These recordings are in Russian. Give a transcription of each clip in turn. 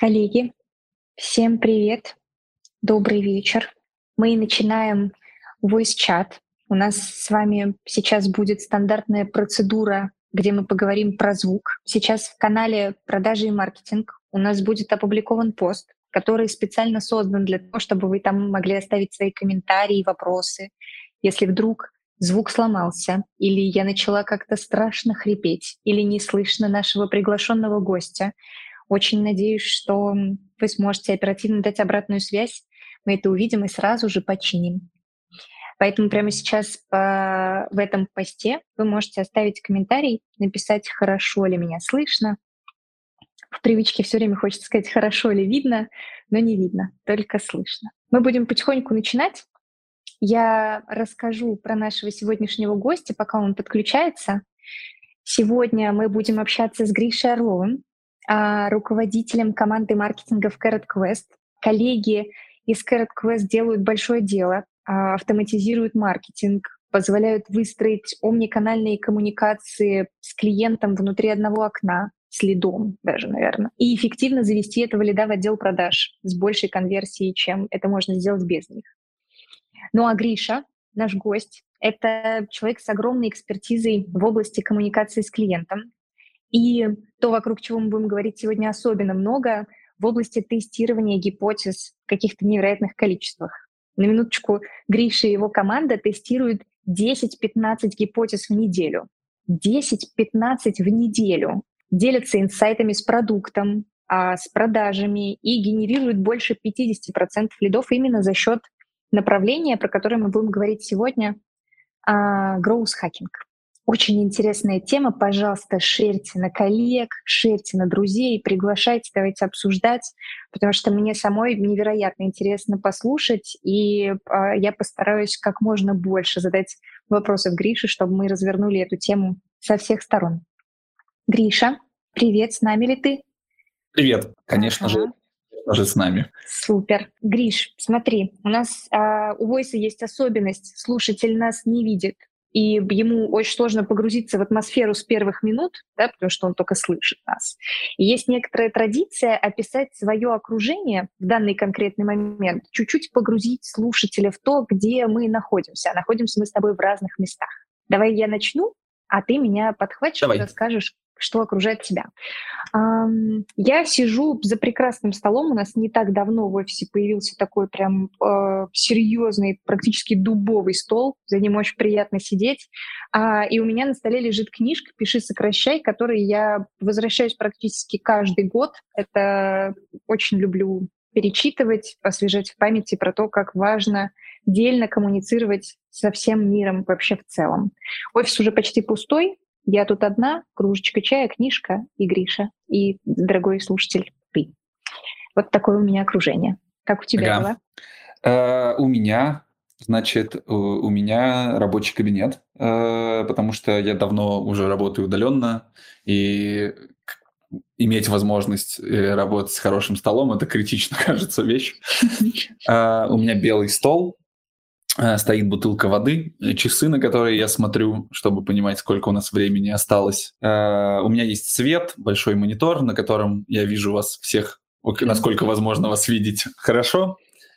Коллеги, всем привет, добрый вечер. Мы начинаем voice-чат. У нас с вами сейчас будет стандартная процедура, где мы поговорим про звук. Сейчас в канале «Продажи и маркетинг» у нас будет опубликован пост, который специально создан для того, чтобы вы там могли оставить свои комментарии и вопросы. Если вдруг звук сломался, или я начала как-то страшно хрипеть, или не слышно нашего приглашенного гостя, очень надеюсь, что вы сможете оперативно дать обратную связь. Мы это увидим и сразу же починим. Поэтому прямо сейчас в этом посте вы можете оставить комментарий, написать, хорошо ли меня слышно. В привычке все время хочется сказать, хорошо ли видно, но не видно, только слышно. Мы будем потихоньку начинать. Я расскажу про нашего сегодняшнего гостя, пока он подключается. Сегодня мы будем общаться с Гришей Орловым, руководителем команды маркетинга в Carrot Quest. Коллеги из Carrot Quest делают большое дело, автоматизируют маркетинг, позволяют выстроить омниканальные коммуникации с клиентом внутри одного окна, с лидом даже, наверное, и эффективно завести этого лида в отдел продаж с большей конверсией, чем это можно сделать без них. Ну а Гриша, наш гость, это человек с огромной экспертизой в области коммуникации с клиентом. И то, вокруг чего мы будем говорить сегодня особенно много, в области тестирования гипотез в каких-то невероятных количествах. На минуточку, Гриша и его команда тестируют 10-15 гипотез в неделю. 10-15 в неделю. Делятся инсайтами с продуктом, с продажами и генерируют больше 50% лидов именно за счет направления, про которое мы будем говорить сегодня, growth hacking. Очень интересная тема. Пожалуйста, шерьте на коллег, шерьте на друзей, приглашайте, давайте обсуждать, потому что мне самой невероятно интересно послушать, и я постараюсь как можно больше задать вопросов Грише, чтобы мы развернули эту тему со всех сторон. Гриша, привет, с нами ли ты? Привет, конечно же с нами. Супер. Гриш, смотри, у нас у Войса есть особенность, слушатель нас не видит, и ему очень сложно погрузиться в атмосферу с первых минут, да, потому что он только слышит нас. И есть некоторая традиция описать свое окружение в данный конкретный момент, чуть-чуть погрузить слушателя в то, где мы находимся. А находимся мы с тобой в разных местах. Давай я начну, а ты меня подхватишь и расскажешь, что окружает тебя. Я сижу за прекрасным столом. У нас не так давно в офисе появился такой прям серьезный, практически дубовый стол. За ним очень приятно сидеть. И у меня на столе лежит книжка «Пиши, сокращай», к которой я возвращаюсь практически каждый год. Это очень люблю перечитывать, освежать в памяти про то, как важно дельно коммуницировать со всем миром вообще в целом. Офис уже почти пустой. Я тут одна, кружечка чая, книжка и Гриша, и, дорогой слушатель, ты. Вот такое у меня окружение. Как у тебя дела? У меня рабочий кабинет, потому что я давно уже работаю удаленно, и иметь возможность работать с хорошим столом – это критично, кажется, вещь. У меня белый стол, стоит бутылка воды, часы, на которые я смотрю, чтобы понимать, сколько у нас времени осталось. У меня есть свет, большой монитор, на котором я вижу вас всех, насколько возможно вас видеть хорошо.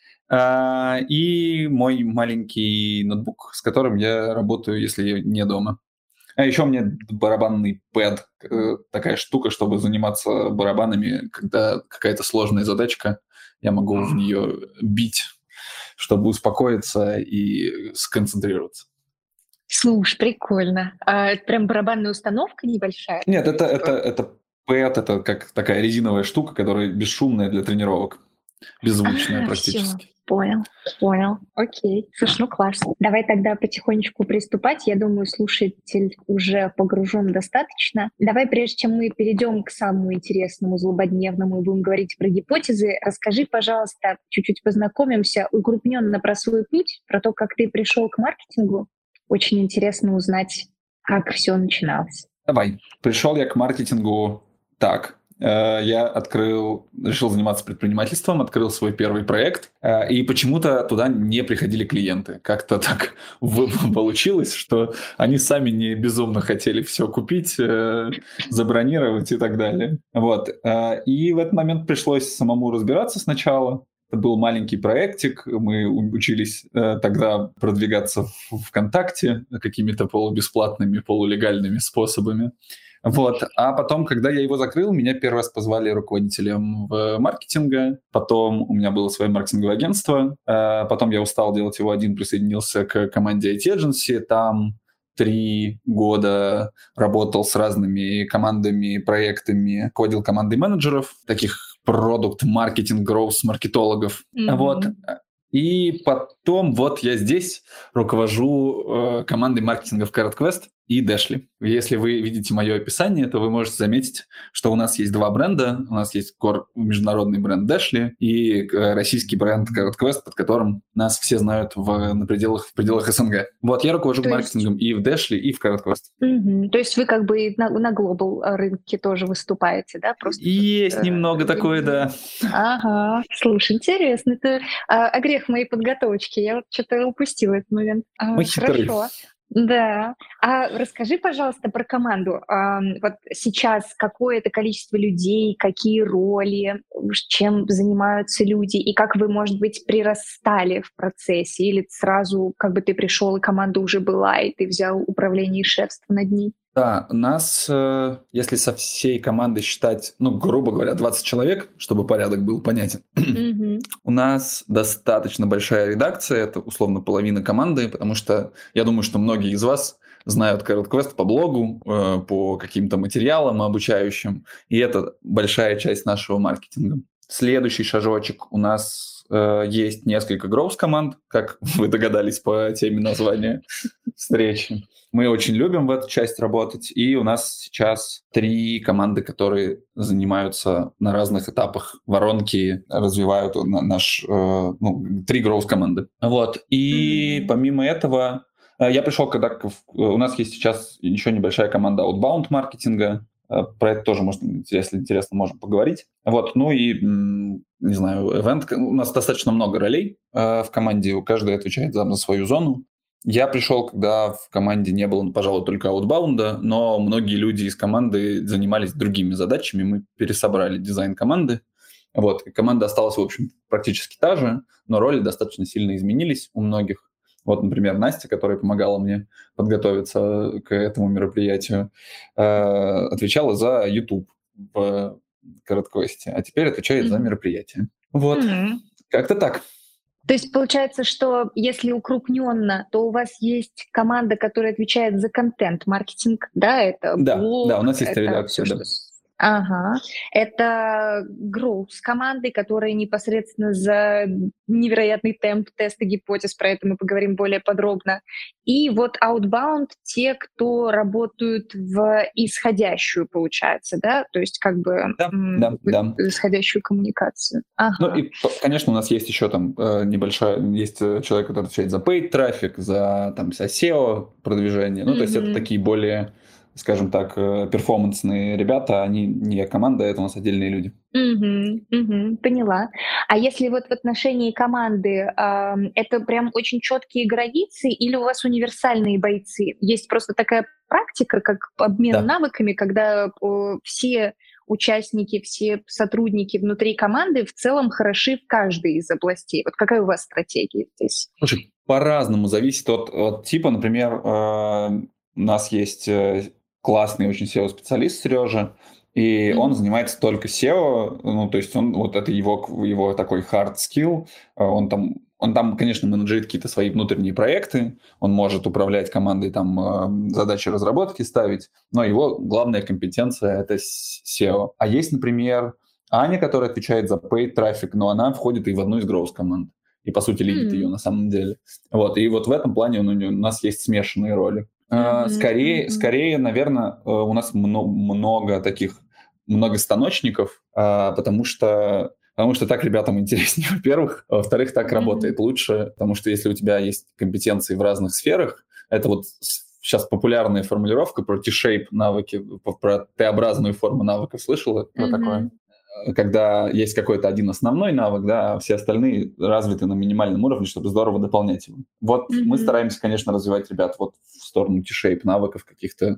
И мой маленький ноутбук, с которым я работаю, если я не дома. А еще у меня барабанный пэд, такая штука, чтобы заниматься барабанами, когда какая-то сложная задачка, я могу в нее бить, чтобы успокоиться и сконцентрироваться. Слушай, прикольно. Это прям барабанная установка небольшая? Нет, это пэд, это как такая резиновая штука, которая бесшумная для тренировок, беззвучная практически. Понял. Окей. Слушай, ну классно. Давай тогда потихонечку приступать. Я думаю, слушатель уже погружен достаточно. Давай, прежде чем мы перейдем к самому интересному, злободневному и будем говорить про гипотезы, расскажи, пожалуйста, чуть-чуть познакомимся укрупненно про свой путь, про то, как ты пришел к маркетингу. Очень интересно узнать, как все начиналось. Давай. Пришел я к маркетингу так. я решил заниматься предпринимательством, открыл свой первый проект, и почему-то туда не приходили клиенты. Как-то так получилось, что они сами не безумно хотели все купить, забронировать и так далее. Вот. И в этот момент пришлось самому разбираться сначала. Это был маленький проектик, мы учились тогда продвигаться в ВКонтакте какими-то полубесплатными, полулегальными способами. Вот. А потом, когда я его закрыл, меня первый раз позвали руководителем маркетинга, потом у меня было свое маркетинговое агентство, потом я устал делать его один, присоединился к команде IT Agency, там 3 года работал с разными командами, проектами, кодил командой менеджеров, таких продукт, маркетинг, гроус, маркетологов. Вот. И потом вот я здесь руковожу командой маркетинга в CarrotQuest и Dashly. Если вы видите мое описание, то вы можете заметить, что у нас есть 2 бренда. У нас есть международный бренд Dashly и российский бренд CarrotQuest, под которым нас все знают в пределах СНГ. Вот, я руковожу маркетингом и в Dashly, и в CarrotQuest. То есть вы как бы на глобал рынке тоже выступаете, да? Просто есть немного такое, да. Ага, слушай, интересно. Это грех моей подготовочки. Я вот что-то упустила этот момент. Хорошо. Да. А расскажи, пожалуйста, про команду. Вот сейчас какое это количество людей, какие роли, чем занимаются люди, и как вы, может быть, прирастали в процессе, или сразу как бы ты пришел, и команда уже была, и ты взял управление и шефство над ней? Да, нас, если со всей командой считать, грубо говоря, 20 человек, чтобы порядок был понятен, у нас достаточно большая редакция, это условно половина команды, потому что я думаю, что многие из вас знают CarrotQuest по блогу, по каким-то материалам обучающим, и это большая часть нашего маркетинга. Следующий шажочек: у нас есть несколько гроус-команд, как вы догадались по теме названия встречи. Мы очень любим в эту часть работать, и у нас сейчас 3 команды, которые занимаются на разных этапах воронки, развивают наш 3 гроус-команды. Вот. И помимо этого, я пришел, когда у нас есть сейчас еще небольшая команда outbound маркетинга. Про это тоже, если интересно, можем поговорить. Вот, не знаю, event. У нас достаточно много ролей в команде, каждый отвечает за свою зону. Я пришел, когда в команде не было, пожалуй, только аутбаунда, но многие люди из команды занимались другими задачами. Мы пересобрали дизайн команды. Вот. И команда осталась, в общем, практически та же, но роли достаточно сильно изменились у многих. Вот, например, Настя, которая помогала мне подготовиться к этому мероприятию, отвечала за YouTube в CarrotQuest, а теперь отвечает за мероприятие. Вот. Как-то так. То есть получается, что если укрупненно, то у вас есть команда, которая отвечает за контент-маркетинг, да, это блог, да, у нас есть редакция, да. Ага. Это growth с командой, которая непосредственно за невероятный темп теста гипотез, про это мы поговорим более подробно. И вот outbound — те, кто работают в исходящую, получается, да? То есть как бы исходящую коммуникацию. Ага. И, конечно, у нас есть еще там есть человек, который отвечает за paid трафик, за SEO продвижение. То есть это такие более, скажем так, перформансные ребята, они не команда, это у нас отдельные люди. Поняла. А если вот в отношении команды, это прям очень четкие границы, или у вас универсальные бойцы? Есть просто такая практика, как обмен навыками, когда все участники, все сотрудники внутри команды в целом хороши в каждой из областей. Вот какая у вас стратегия здесь? Слушай, по-разному зависит от типа. Например, у нас есть классный очень SEO-специалист Сережа, и он занимается только SEO, то есть это его такой hard skill, он там, конечно, менеджерит какие-то свои внутренние проекты, он может управлять командой, задачи разработки ставить, но его главная компетенция — это SEO. А есть, например, Аня, которая отвечает за paid трафик, но она входит и в одну из growth-команд, и, по сути, лидит ее на самом деле. Вот, и вот в этом плане у нас есть смешанные роли. Скорее, наверное, у нас много таких многостаночников, потому что так ребятам интереснее, во-первых. А во-вторых, так работает лучше, потому что если у тебя есть компетенции в разных сферах, это вот сейчас популярная формулировка про T-shape навыки, про Т-образную форму навыков. Слышала про такое? Когда есть какой-то один основной навык, да, а все остальные развиты на минимальном уровне, чтобы здорово дополнять его. Вот мы стараемся, конечно, развивать ребят вот в сторону T-shape навыков каких-то,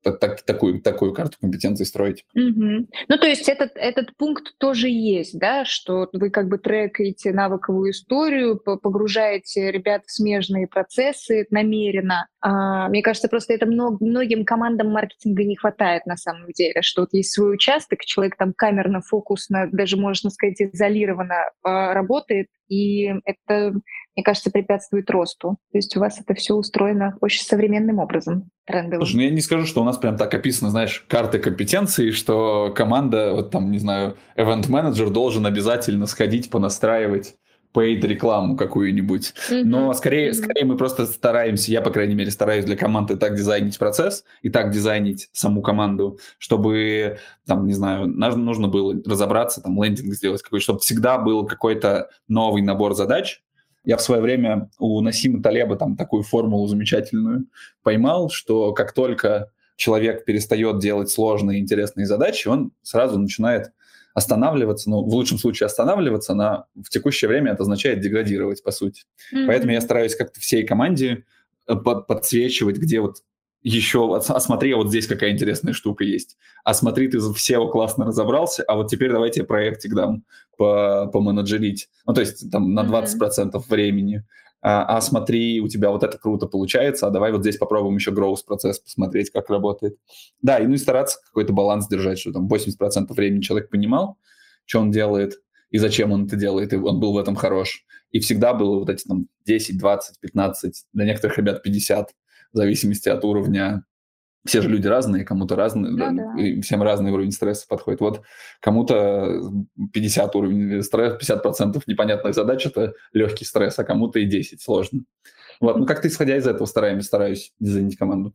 такую карту компетенций строить. Ну, то есть этот пункт тоже есть, да, что вы как бы трекаете навыковую историю, погружаете ребят в смежные процессы намеренно. Мне кажется, просто это многим командам маркетинга не хватает на самом деле, что вот есть свой участок, человек там камерно, фокусно, даже, можно сказать, изолированно работает, и это, мне кажется, препятствует росту. То есть у вас это все устроено очень современным образом, трендовым. Слушай, ну я не скажу, что у нас прям так описано, знаешь, карты компетенций, что команда, вот там, не знаю, event-менеджер должен обязательно сходить понастраивать paid рекламу какую-нибудь. Но скорее мы просто стараемся, я, по крайней мере, стараюсь для команды так дизайнить процесс и так дизайнить саму команду, чтобы, там, не знаю, нужно было разобраться, там, лендинг сделать какой-то, чтобы всегда был какой-то новый набор задач. Я в свое время у Насима Талеба там такую формулу замечательную поймал, что как только человек перестает делать сложные интересные задачи, он сразу начинает останавливаться, ну, в лучшем случае останавливаться, в текущее время это означает деградировать, по сути. Поэтому я стараюсь как-то всей команде подсвечивать, где вот еще, смотри, вот здесь какая интересная штука есть. Смотри, ты в SEO классно разобрался, а вот теперь давайте я проектик дам поменеджерить. Ну, то есть там на 20% времени. Смотри, у тебя вот это круто получается, а давай вот здесь попробуем еще growth-процесс посмотреть, как работает. Да, и стараться какой-то баланс держать, что там 80% времени человек понимал, что он делает и зачем он это делает, и он был в этом хорош. И всегда было вот эти там 10, 20, 15, для некоторых ребят 50, в зависимости от уровня. Все же люди разные, кому-то разные, и всем разный уровень стресса подходит. Вот кому-то 50 уровень стресса, 50% непонятных задач – это легкий стресс, а кому-то и 10 сложно. Вот, ну как-то исходя из этого стараюсь дизайнить команду.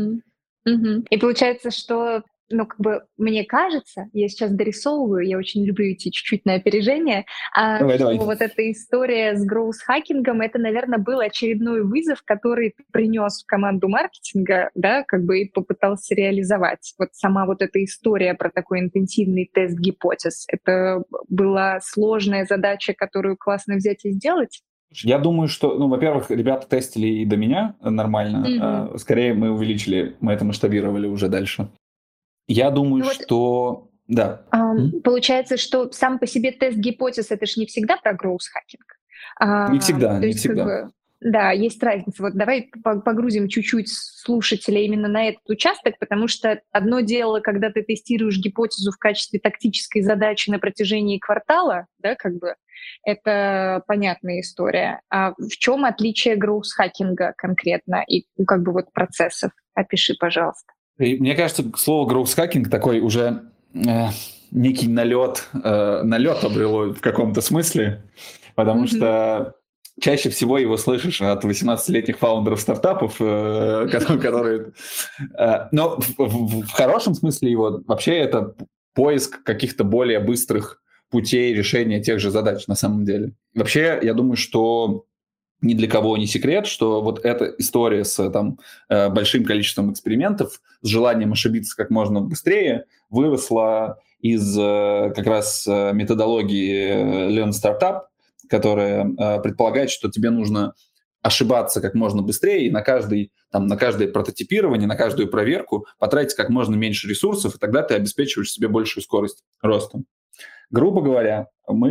И получается, что, ну, как бы, мне кажется, я сейчас дорисовываю, я очень люблю идти чуть-чуть на опережение, Давай. вот эта история с гроус-хакингом, это, наверное, был очередной вызов, который ты принес в команду маркетинга, да, как бы и попытался реализовать. Вот сама вот эта история про такой интенсивный тест гипотез, это была сложная задача, которую классно взять и сделать? Я думаю, что, ну, во-первых, ребята тестили и до меня нормально. Скорее мы это масштабировали уже дальше. Я думаю, что... Да. Получается, что сам по себе тест гипотез — это же не всегда про гроус-хакинг. Не всегда, не всегда. Как бы, да, есть разница. Вот давай погрузим чуть-чуть слушателя именно на этот участок, потому что одно дело, когда ты тестируешь гипотезу в качестве тактической задачи на протяжении квартала, да, как бы, это понятная история. А в чем отличие гроус-хакинга конкретно и, как бы, вот процессов? Опиши, пожалуйста. И мне кажется, слово гроус-хакинг такой уже некий налет обрело в каком-то смысле, потому что чаще всего его слышишь от 18-летних фаундеров стартапов, которые... Но в хорошем смысле его вообще это поиск каких-то более быстрых путей решения тех же задач на самом деле. Вообще, я думаю, что ни для кого не секрет, что вот эта история с большим количеством экспериментов, с желанием ошибиться как можно быстрее, выросла из как раз методологии Lean Startup, которая предполагает, что тебе нужно ошибаться как можно быстрее и на каждое прототипирование, на каждую проверку потратить как можно меньше ресурсов, и тогда ты обеспечиваешь себе большую скорость роста. Грубо говоря,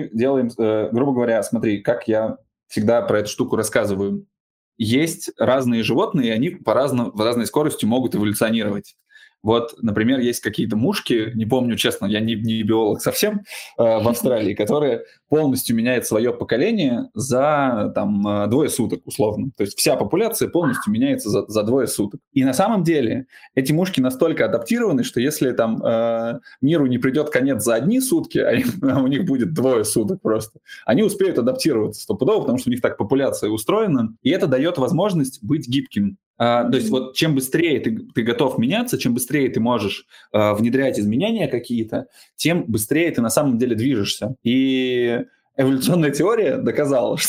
смотри, как я всегда про эту штуку рассказываю. Есть разные животные, и они в разной скорости могут эволюционировать. Вот, например, есть какие-то мушки, не помню, честно, я не биолог совсем, в Австралии, которые полностью меняют свое поколение за 2 суток, условно. То есть вся популяция полностью меняется за 2 суток. И на самом деле эти мушки настолько адаптированы, что если миру не придет конец за 1 сутки, а у них будет 2 суток просто, они успеют адаптироваться стопудово, потому что у них так популяция устроена, и это дает возможность быть гибким. То есть вот чем быстрее ты готов меняться, чем быстрее ты можешь внедрять изменения какие-то, тем быстрее ты на самом деле движешься. И эволюционная теория доказала, что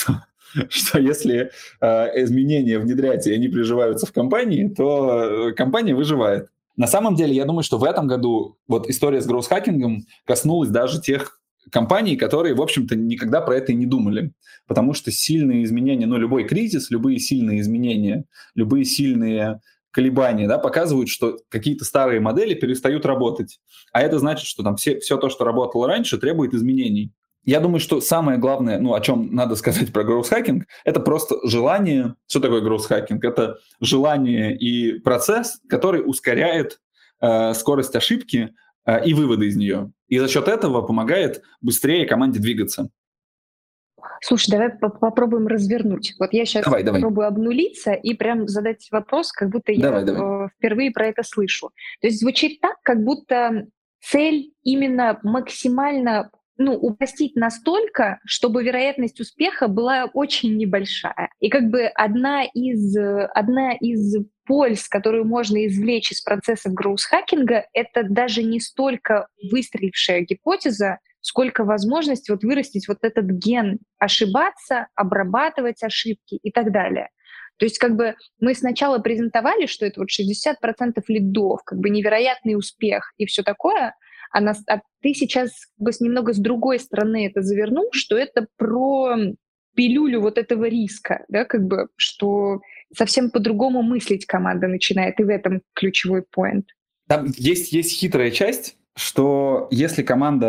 что если изменения внедрять, и они приживаются в компании, то компания выживает. На самом деле, я думаю, что в этом году вот история с гроусс-хакингом коснулась даже тех компаний, которые, в общем-то, никогда про это и не думали. Потому что сильные изменения, любой кризис, любые сильные изменения, любые сильные колебания, да, показывают, что какие-то старые модели перестают работать. А это значит, что там все то, что работало раньше, требует изменений. Я думаю, что самое главное, о чем надо сказать про гроусс-хакинг, это просто желание. Что такое гроусс-хакинг? Это желание и процесс, который ускоряет скорость ошибки и выводы из нее. И за счет этого помогает быстрее команде двигаться. Слушай, давай попробуем развернуть. Вот я сейчас Давай. попробую обнулиться и прям задать вопрос, как будто я впервые про это слышу. То есть звучит так, как будто цель именно максимально упростить настолько, чтобы вероятность успеха была очень небольшая. И как бы одна из польз, которую можно извлечь из процесса гроусс-хакинга, это даже не столько выстрелившая гипотеза, сколько возможность вырастить этот ген ошибаться, обрабатывать ошибки и так далее. То есть как бы мы сначала презентовали, что это 60% лидов, как бы невероятный успех и все такое, а ты сейчас немного с другой стороны это завернул, что это про пилюлю этого риска, да, как бы, что совсем по-другому мыслить команда начинает, и в этом ключевой поинт. Там есть хитрая часть, что если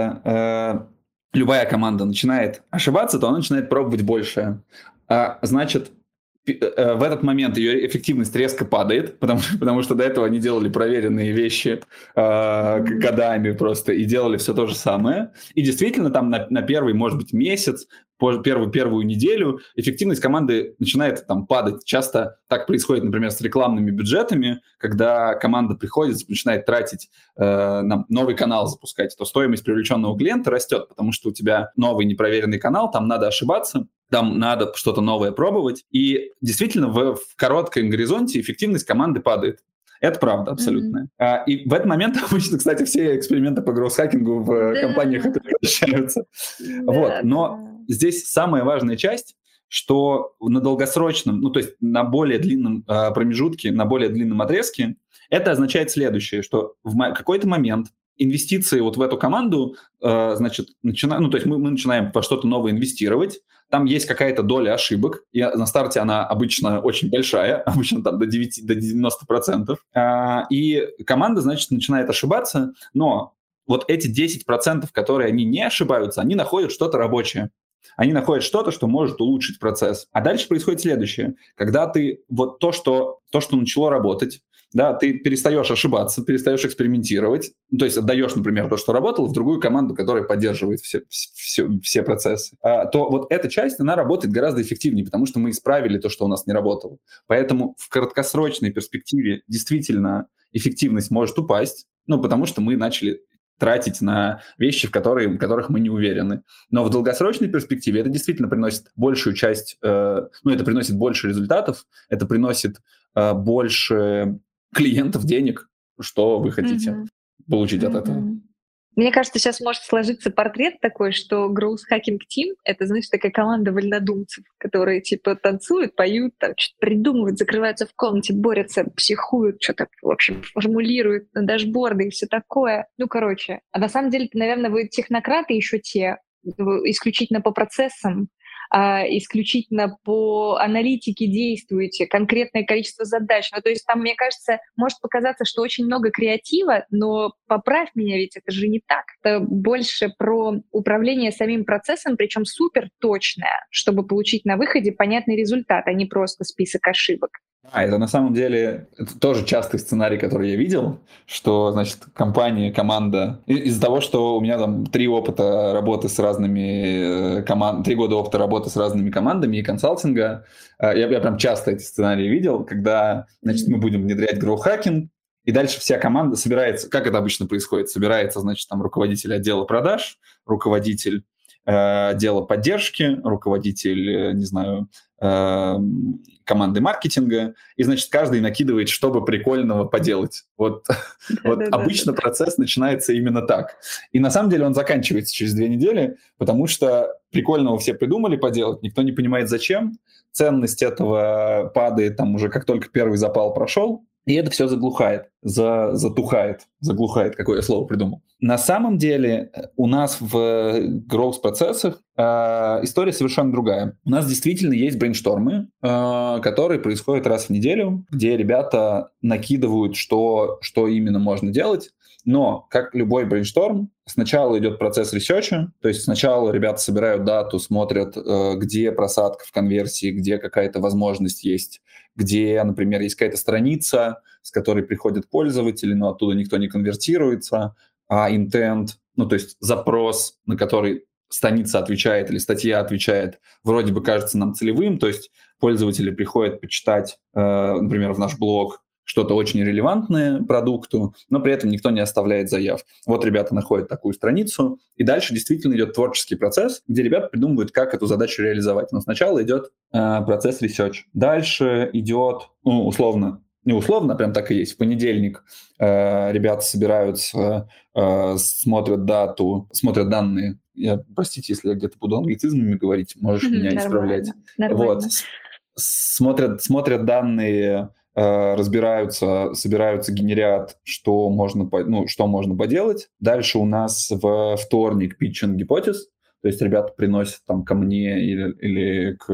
любая команда начинает ошибаться, то она начинает пробовать больше. Значит, в этот момент ее эффективность резко падает, потому что до этого они делали проверенные вещи годами просто и делали все то же самое. И действительно там на первый, может быть, месяц, первую неделю эффективность команды начинает падать. Часто так происходит, например, с рекламными бюджетами, когда команда приходит, начинает тратить на новый канал запускать, то стоимость привлеченного клиента растет, потому что у тебя новый непроверенный канал, там надо ошибаться, там надо что-то новое пробовать. И действительно в коротком горизонте эффективность команды падает. Это правда, абсолютно. И в этот момент обычно, кстати, все эксперименты по гроусс-хакингу в компаниях прекращаются. Но здесь самая важная часть, что на долгосрочном, то есть на более длинном промежутке, на более длинном отрезке, это означает следующее, что в какой-то момент инвестиции в эту команду, то есть мы начинаем во что-то новое инвестировать, там есть какая-то доля ошибок, и на старте она обычно очень большая, обычно там до 90%, и команда, начинает ошибаться, но эти 10%, которые они не ошибаются, они находят что-то рабочее. Они находят что-то, что может улучшить процесс. А дальше происходит следующее. Когда ты то, что начало работать, да, ты перестаешь ошибаться, перестаешь экспериментировать, то есть отдаешь, например, то, что работало, в другую команду, которая поддерживает все процессы, то эта часть, она работает гораздо эффективнее, потому что мы исправили то, что у нас не работало. Поэтому в краткосрочной перспективе действительно эффективность может упасть, потому что мы начали тратить на вещи, в которых мы не уверены. Но в долгосрочной перспективе это действительно приносит большую часть, это приносит больше результатов, это приносит больше клиентов, денег, что вы хотите получить от этого. Мне кажется, сейчас может сложиться портрет такой, что Growth Hacking Team — это, такая команда вольнодумцев, которые танцуют, поют, что-то придумывают, закрываются в комнате, борются, психуют, что-то, в общем, формулируют на дашборды и все такое. А на самом деле, наверное, вы технократы еще те, исключительно по процессам, исключительно по аналитике действуете, конкретное количество задач. То есть там, мне кажется, может показаться, что очень много креатива, но поправь меня, ведь это же не так. Это больше про управление самим процессом, причем супер точное, чтобы получить на выходе понятный результат, а не просто список ошибок. Это на самом деле это тоже частый сценарий, который я видел, что, компания, команда... Из-за того, что у меня там 3 года опыта работы с разными командами и консалтинга, я прям часто эти сценарии видел, когда, мы будем внедрять гроу-хакинг, и дальше вся команда собирается... Как это обычно происходит? Собирается, там руководитель отдела продаж, руководитель отдела поддержки, руководитель, команды маркетинга, и, каждый накидывает, чтобы прикольного поделать. Обычно процесс начинается именно так. И на самом деле он заканчивается через 2 недели, потому что прикольного все придумали поделать, никто не понимает зачем, ценность этого падает там уже как только первый запал прошел, и это все заглухает, заглухает, какое я слово придумал. На самом деле у нас в growth-процессах история совершенно другая. У нас действительно есть брейнштормы, которые происходят раз в неделю, где ребята накидывают, что именно можно делать. Но, как любой брейншторм, сначала идет процесс ресерча, то есть сначала ребята собирают дату, смотрят, где просадка в конверсии, где какая-то возможность есть, где, например, есть какая-то страница, с которой приходят пользователи, но оттуда никто не конвертируется, а intent, ну, то есть запрос, на который страница отвечает или статья отвечает, вроде бы кажется нам целевым, то есть пользователи приходят почитать, например, в наш блог, что-то очень релевантное продукту, но при этом никто не оставляет заяв. Вот ребята находят такую страницу, и дальше действительно идет творческий процесс, где ребята придумывают, как эту задачу реализовать. Но сначала идет процесс research. Дальше идет, не условно, а прям так и есть. В понедельник ребята собираются, смотрят дату, смотрят данные. Простите, если я где-то буду англицизмами говорить, можешь меня исправлять. Нормально. Вот. Смотрят данные, разбираются, собираются, генерят, что можно поделать. Дальше у нас во вторник питчинг гипотез, то есть ребята приносят там ко мне или к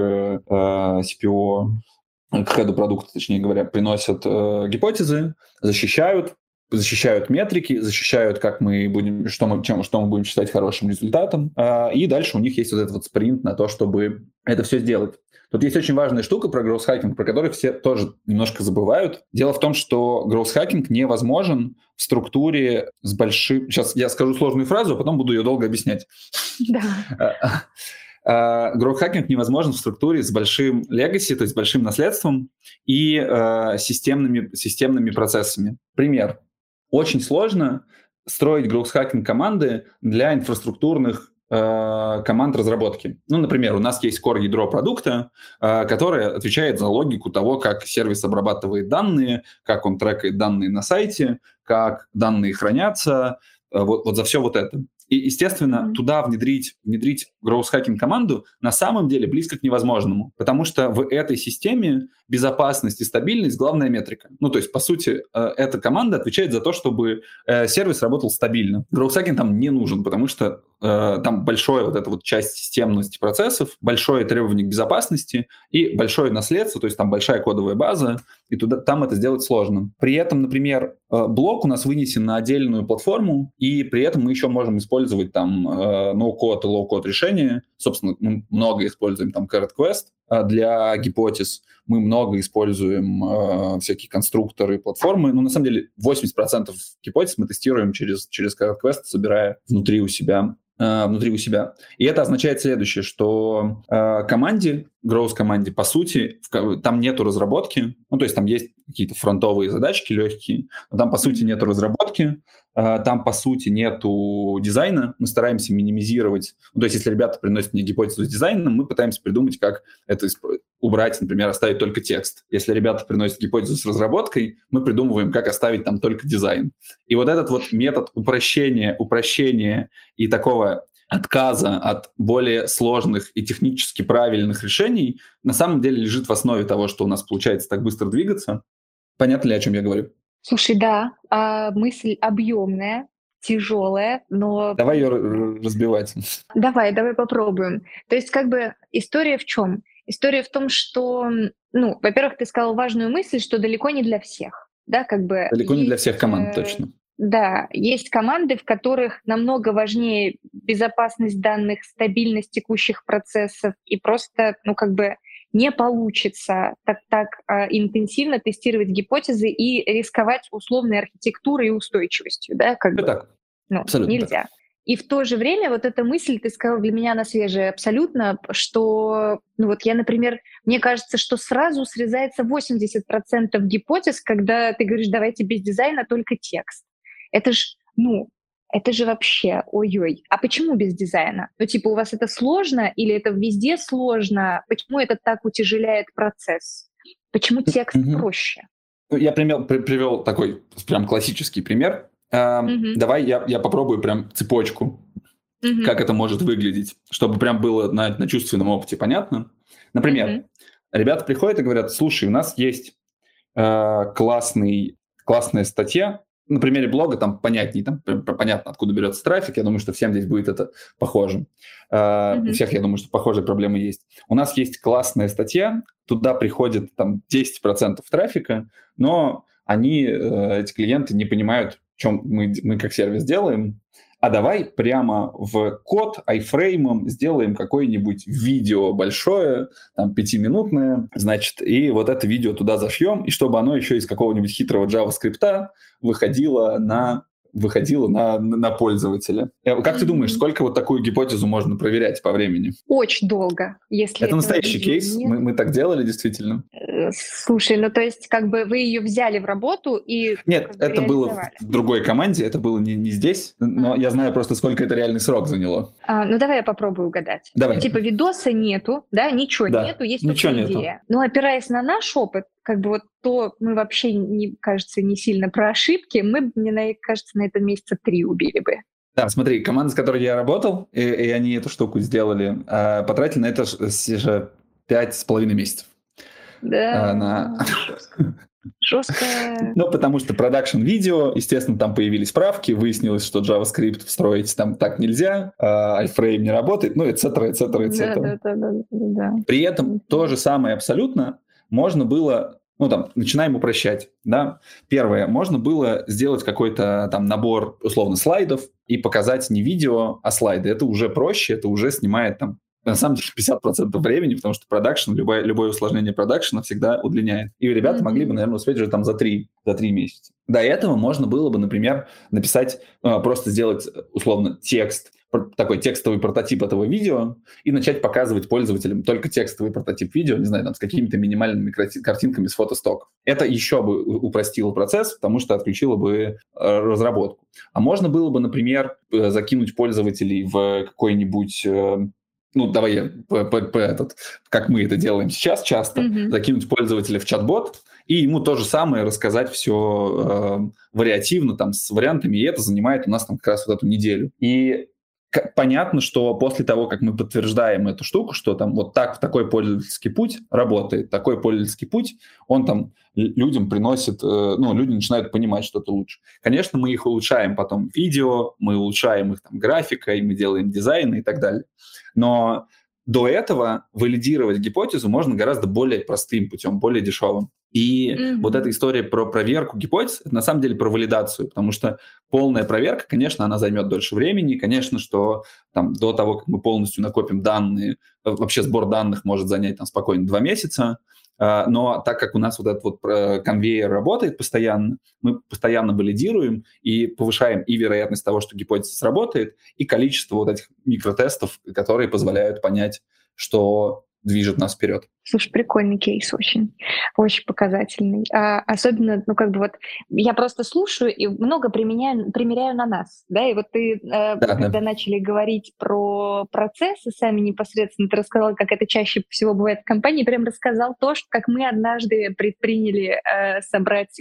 CPO, к хеду продукта, точнее говоря, приносят гипотезы, защищают метрики, защищают, как мы будем, что мы будем считать хорошим результатом, и дальше у них есть вот этот вот спринт на то, чтобы это все сделать. Тут есть очень важная штука про growth-hacking, про которую все тоже немножко забывают. Дело в том, что growth-hacking невозможен в структуре с большим... Сейчас я скажу сложную фразу, а потом буду ее долго объяснять. Да. Growth-hacking невозможен в структуре с большим legacy, то есть большим наследством и системными процессами. Пример. Очень сложно строить growth-hacking команды для инфраструктурных команд разработки. Ну, например, у нас есть core-ядро продукта, которое отвечает за логику того, как сервис обрабатывает данные, как он трекает данные на сайте, как данные хранятся, вот за все вот это. И, естественно, туда внедрить growth-hacking команду на самом деле близко к невозможному, потому что в этой системе безопасность и стабильность — главная метрика. Ну, то есть, по сути, эта команда отвечает за то, чтобы сервис работал стабильно. Growth-hacking там не нужен, потому что там большая вот эта вот часть системности процессов, большое требование к безопасности и большое наследство, то есть там большая кодовая база, и там это сделать сложно. При этом, например, блок у нас вынесен на отдельную платформу, и при этом мы еще можем использовать там no-code и low-code решения. Собственно, мы много используем там Carrot Quest для гипотез, мы много используем всякие конструкторы, платформы, но на самом деле 80% гипотез мы тестируем через Carrot Quest, собирая внутри у себя. И это означает следующее, что growth-команде, по сути, там нету разработки, ну, то есть там есть какие-то фронтовые задачки легкие, но там, по сути, нету разработки, там, по сути, нету дизайна, мы стараемся минимизировать, ну, то есть если ребята приносят мне гипотезу с дизайном, мы пытаемся придумать, как это убрать, например, оставить только текст. Если ребята приносят гипотезу с разработкой, мы придумываем, как оставить там только дизайн. И вот этот вот метод упрощения и такого отказа от более сложных и технически правильных решений на самом деле лежит в основе того, что у нас получается так быстро двигаться. Понятно ли, о чем я говорю? Слушай, да, мысль объемная, тяжелая, но... Давай ее разбивать. Давай попробуем. То есть как бы история в чем? История в том, что, ну, во-первых, ты сказал важную мысль, что далеко не для всех, да, как бы... Далеко не для всех команд, точно. Да, есть команды, в которых намного важнее безопасность данных, стабильность текущих процессов, и просто, ну, как бы не получится так интенсивно тестировать гипотезы и рисковать условной архитектурой и устойчивостью, да, как бы, так. Ну, Абсолютно нельзя. Так. И в то же время вот эта мысль, ты сказал, для меня она свежая абсолютно, что, ну вот я, например, мне кажется, что сразу срезается 80% гипотез, когда ты говоришь, давайте без дизайна, только текст. Это же вообще, ой-ой. А почему без дизайна? Ну, типа, у вас это сложно или это везде сложно? Почему это так утяжеляет процесс? Почему текст проще? Я привел такой прям классический пример. Давай я попробую прям цепочку как это может выглядеть, чтобы прям было на чувственном опыте понятно. Например, ребята приходят и говорят: слушай, у нас есть классная статья. На примере блога там понятнее, там понятно, откуда берется трафик. Я думаю, что всем здесь будет это похоже. У всех, я думаю, что похожие проблемы есть. У нас есть классная статья, туда приходит там 10% трафика, но эти клиенты не понимают, в чем мы как сервис делаем. А давай прямо в код айфреймом сделаем какое-нибудь видео большое, там 5-минутное, значит, и вот это видео туда зашьем, и чтобы оно еще из какого-нибудь хитрого JavaScript выходило на пользователя. Как ты думаешь, сколько вот такую гипотезу можно проверять по времени? Очень долго, если это настоящий кейс? Мы так делали действительно? Слушай, ну то есть как бы вы ее взяли в работу и... Нет, это было в другой команде, это было не здесь, но я знаю просто, сколько это реальный срок заняло. Ну давай я попробую угадать. Давай. Типа видоса нету, да, ничего нету, есть ничего только нету. идея. Но опираясь на наш опыт, как бы вот то мы вообще, кажется, не сильно про ошибки, мы, мне кажется, на этом месяца 3 убили бы. Да, смотри, команда, с которой я работал, и они эту штуку сделали, потратили на это же 5,5 месяцев. Да, жестко. Ну, потому что продакшн-видео, естественно, там появились правки, выяснилось, что JavaScript встроить там так нельзя, iFrame не работает, ну, etc. Да. При этом то же самое абсолютно можно было... начинаем упрощать, да. Первое, можно было сделать какой-то там набор, условно, слайдов и показать не видео, а слайды. Это уже проще, это уже снимает там, на самом деле, 50% времени, потому что продакшн, любое усложнение продакшена всегда удлиняет. И ребята могли бы, наверное, успеть уже там за 3 месяца. До этого можно было бы, например, написать, просто сделать, условно, текст, такой текстовый прототип этого видео и начать показывать пользователям только текстовый прототип видео, не знаю, там, с какими-то минимальными картинками с фотостоков. Это еще бы упростило процесс, потому что отключило бы разработку. А можно было бы, например, закинуть пользователей в какой-нибудь... давай я как мы это делаем сейчас часто, закинуть пользователя в чат-бот и ему то же самое рассказать все вариативно, там, с вариантами, и это занимает у нас там как раз вот эту неделю. И понятно, что после того, как мы подтверждаем эту штуку, что там вот такой пользовательский путь работает, такой пользовательский путь, он там людям приносит, люди начинают понимать что-то лучше. Конечно, мы их улучшаем потом видео, мы улучшаем их там графикой, мы делаем дизайн и так далее. Но до этого валидировать гипотезу можно гораздо более простым путем, более дешевым. И вот эта история про проверку гипотез, это на самом деле про валидацию, потому что полная проверка, конечно, она займет дольше времени, конечно, что там, до того, как мы полностью накопим данные, вообще сбор данных может занять там, спокойно 2 месяца, но так как у нас вот этот вот конвейер работает постоянно, мы постоянно валидируем и повышаем и вероятность того, что гипотеза сработает, и количество вот этих микротестов, которые позволяют понять, что движет нас вперед. Слушай, прикольный кейс очень показательный. Особенно, я просто слушаю и много примеряю на нас, да, и вот ты, когда начали говорить про процессы сами непосредственно, ты рассказал, как это чаще всего бывает в компании, прям рассказал то, как мы однажды предприняли собрать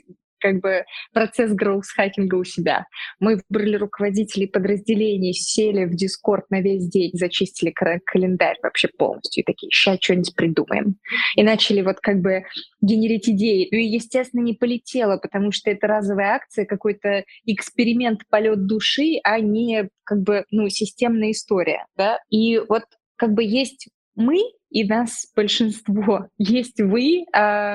процесс гроус-хакинга у себя. Мы выбрали руководителей подразделений, сели в Discord на весь день, зачистили календарь вообще полностью и такие, сейчас что-нибудь придумаем. И начали генерить идеи. И, естественно, не полетело, потому что это разовая акция, какой-то эксперимент, полет души, а не системная история. Да? И вот есть мы, и нас большинство. Есть вы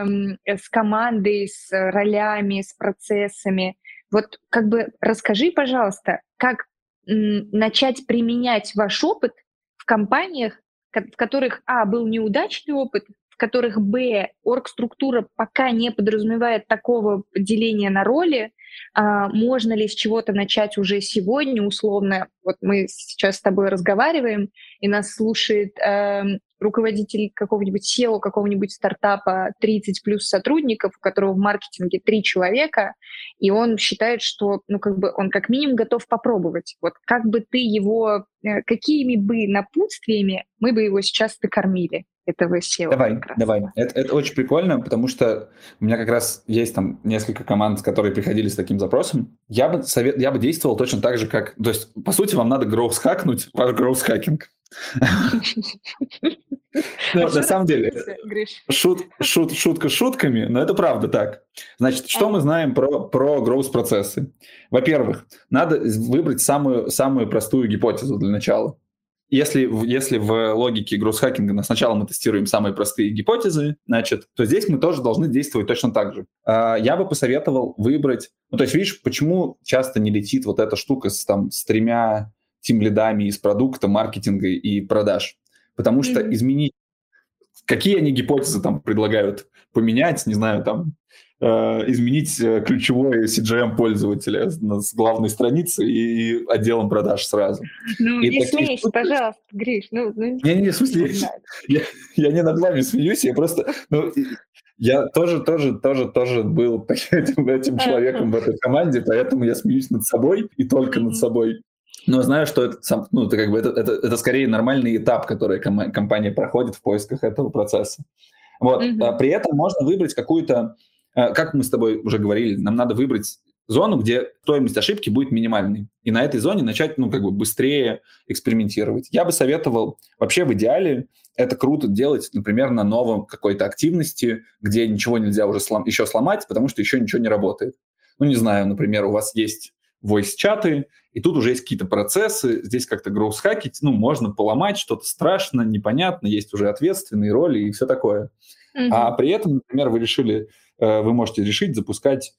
с командой, с ролями, с процессами. Вот расскажи, пожалуйста, как начать применять ваш опыт в компаниях, в которых, был неудачный опыт, в которых, оргструктура пока не подразумевает такого деления на роли, можно ли с чего-то начать уже сегодня, условно. Вот мы сейчас с тобой разговариваем, и нас слушает руководитель какого-нибудь SEO, какого-нибудь стартапа 30 плюс сотрудников, у которого в маркетинге 3 человека, и он считает, что, ну, как бы он как минимум готов попробовать. Вот как бы ты его, какими бы напутствиями мы бы его сейчас докормили, этого SEO Давай, как раз? давай. Это очень прикольно, потому что у меня как раз есть там несколько команд, которые приходили с таким запросом. Я бы действовал точно так же, как... То есть, по сути, вам надо гроус-хакнуть ваш гроус-хакинг. Ну, на самом деле, шутка шутками, но это правда так. Значит, что мы знаем про гроус-процессы? Во-первых, надо выбрать самую простую гипотезу для начала. Если в логике гроус-хакинга сначала мы тестируем самые простые гипотезы, значит, то здесь мы тоже должны действовать точно так же. Я бы посоветовал выбрать... Ну, то есть, видишь, почему часто не летит вот эта штука с 3 тимлидами из продукта, маркетинга и продаж? Потому что изменить... Какие они гипотезы там предлагают поменять, не знаю, там, изменить ключевой CGM пользователя с главной страницы и отделом продаж сразу. Ну, И не такие смейся, штуки... пожалуйста, Гриш. Не, в смысле, я не над вами смеюсь, я просто... Я тоже был этим человеком в этой команде, поэтому я смеюсь над собой и только над собой. Но знаю, что это скорее нормальный этап, который компания проходит в поисках этого процесса. Вот. При этом можно выбрать какую-то, как мы с тобой уже говорили, нам надо выбрать зону, где стоимость ошибки будет минимальной. И на этой зоне начать, быстрее экспериментировать. Я бы советовал, вообще в идеале, это круто делать, например, на новом какой-то активности, где ничего нельзя уже еще сломать, потому что еще ничего не работает. Ну, не знаю, например, у вас есть voice-чаты, и тут уже есть какие-то процессы, здесь как-то гроус-хакить, можно поломать, что-то страшно, непонятно, есть уже ответственные роли и все такое. А при этом, например, вы можете решить запускать...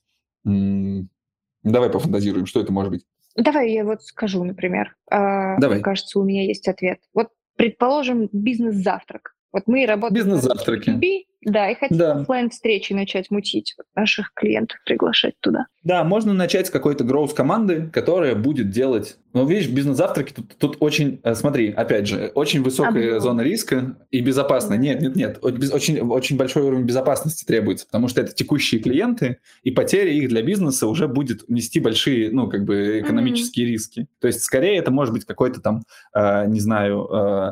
Давай пофантазируем, что это может быть. Давай я вот скажу, например. Давай. Мне кажется, у меня есть ответ. Вот, предположим, бизнес-завтрак. Вот мы работаем Бизнес-завтраки. B2B, да, и хотим оффлайн-встречи начать мутить, вот, наших клиентов приглашать туда. Да, можно начать с какой-то гроус-команды, которая будет делать... Ну, видишь, бизнес-завтраки тут очень... Смотри, опять же, очень высокая зона риска и безопасно. Нет. Очень большой уровень безопасности требуется, потому что это текущие клиенты, и потеря их для бизнеса уже будет нести большие, экономические риски. То есть, скорее, это может быть какой-то там, не знаю...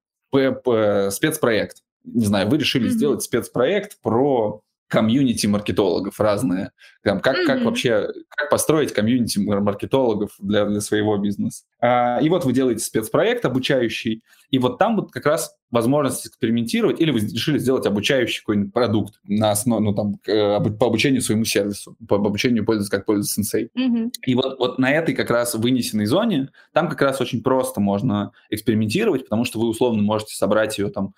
спецпроект. Не знаю, вы решили сделать спецпроект про комьюнити маркетологов разные. Как вообще, как построить комьюнити маркетологов для своего бизнеса. И вот вы делаете спецпроект обучающий, и вот там вот как раз возможность экспериментировать, или вы решили сделать обучающий какой-нибудь продукт на основе, по обучению своему сервису, по обучению пользователя, как пользоваться сенсей. И вот на этой как раз вынесенной зоне, там как раз очень просто можно экспериментировать, потому что вы условно можете собрать ее там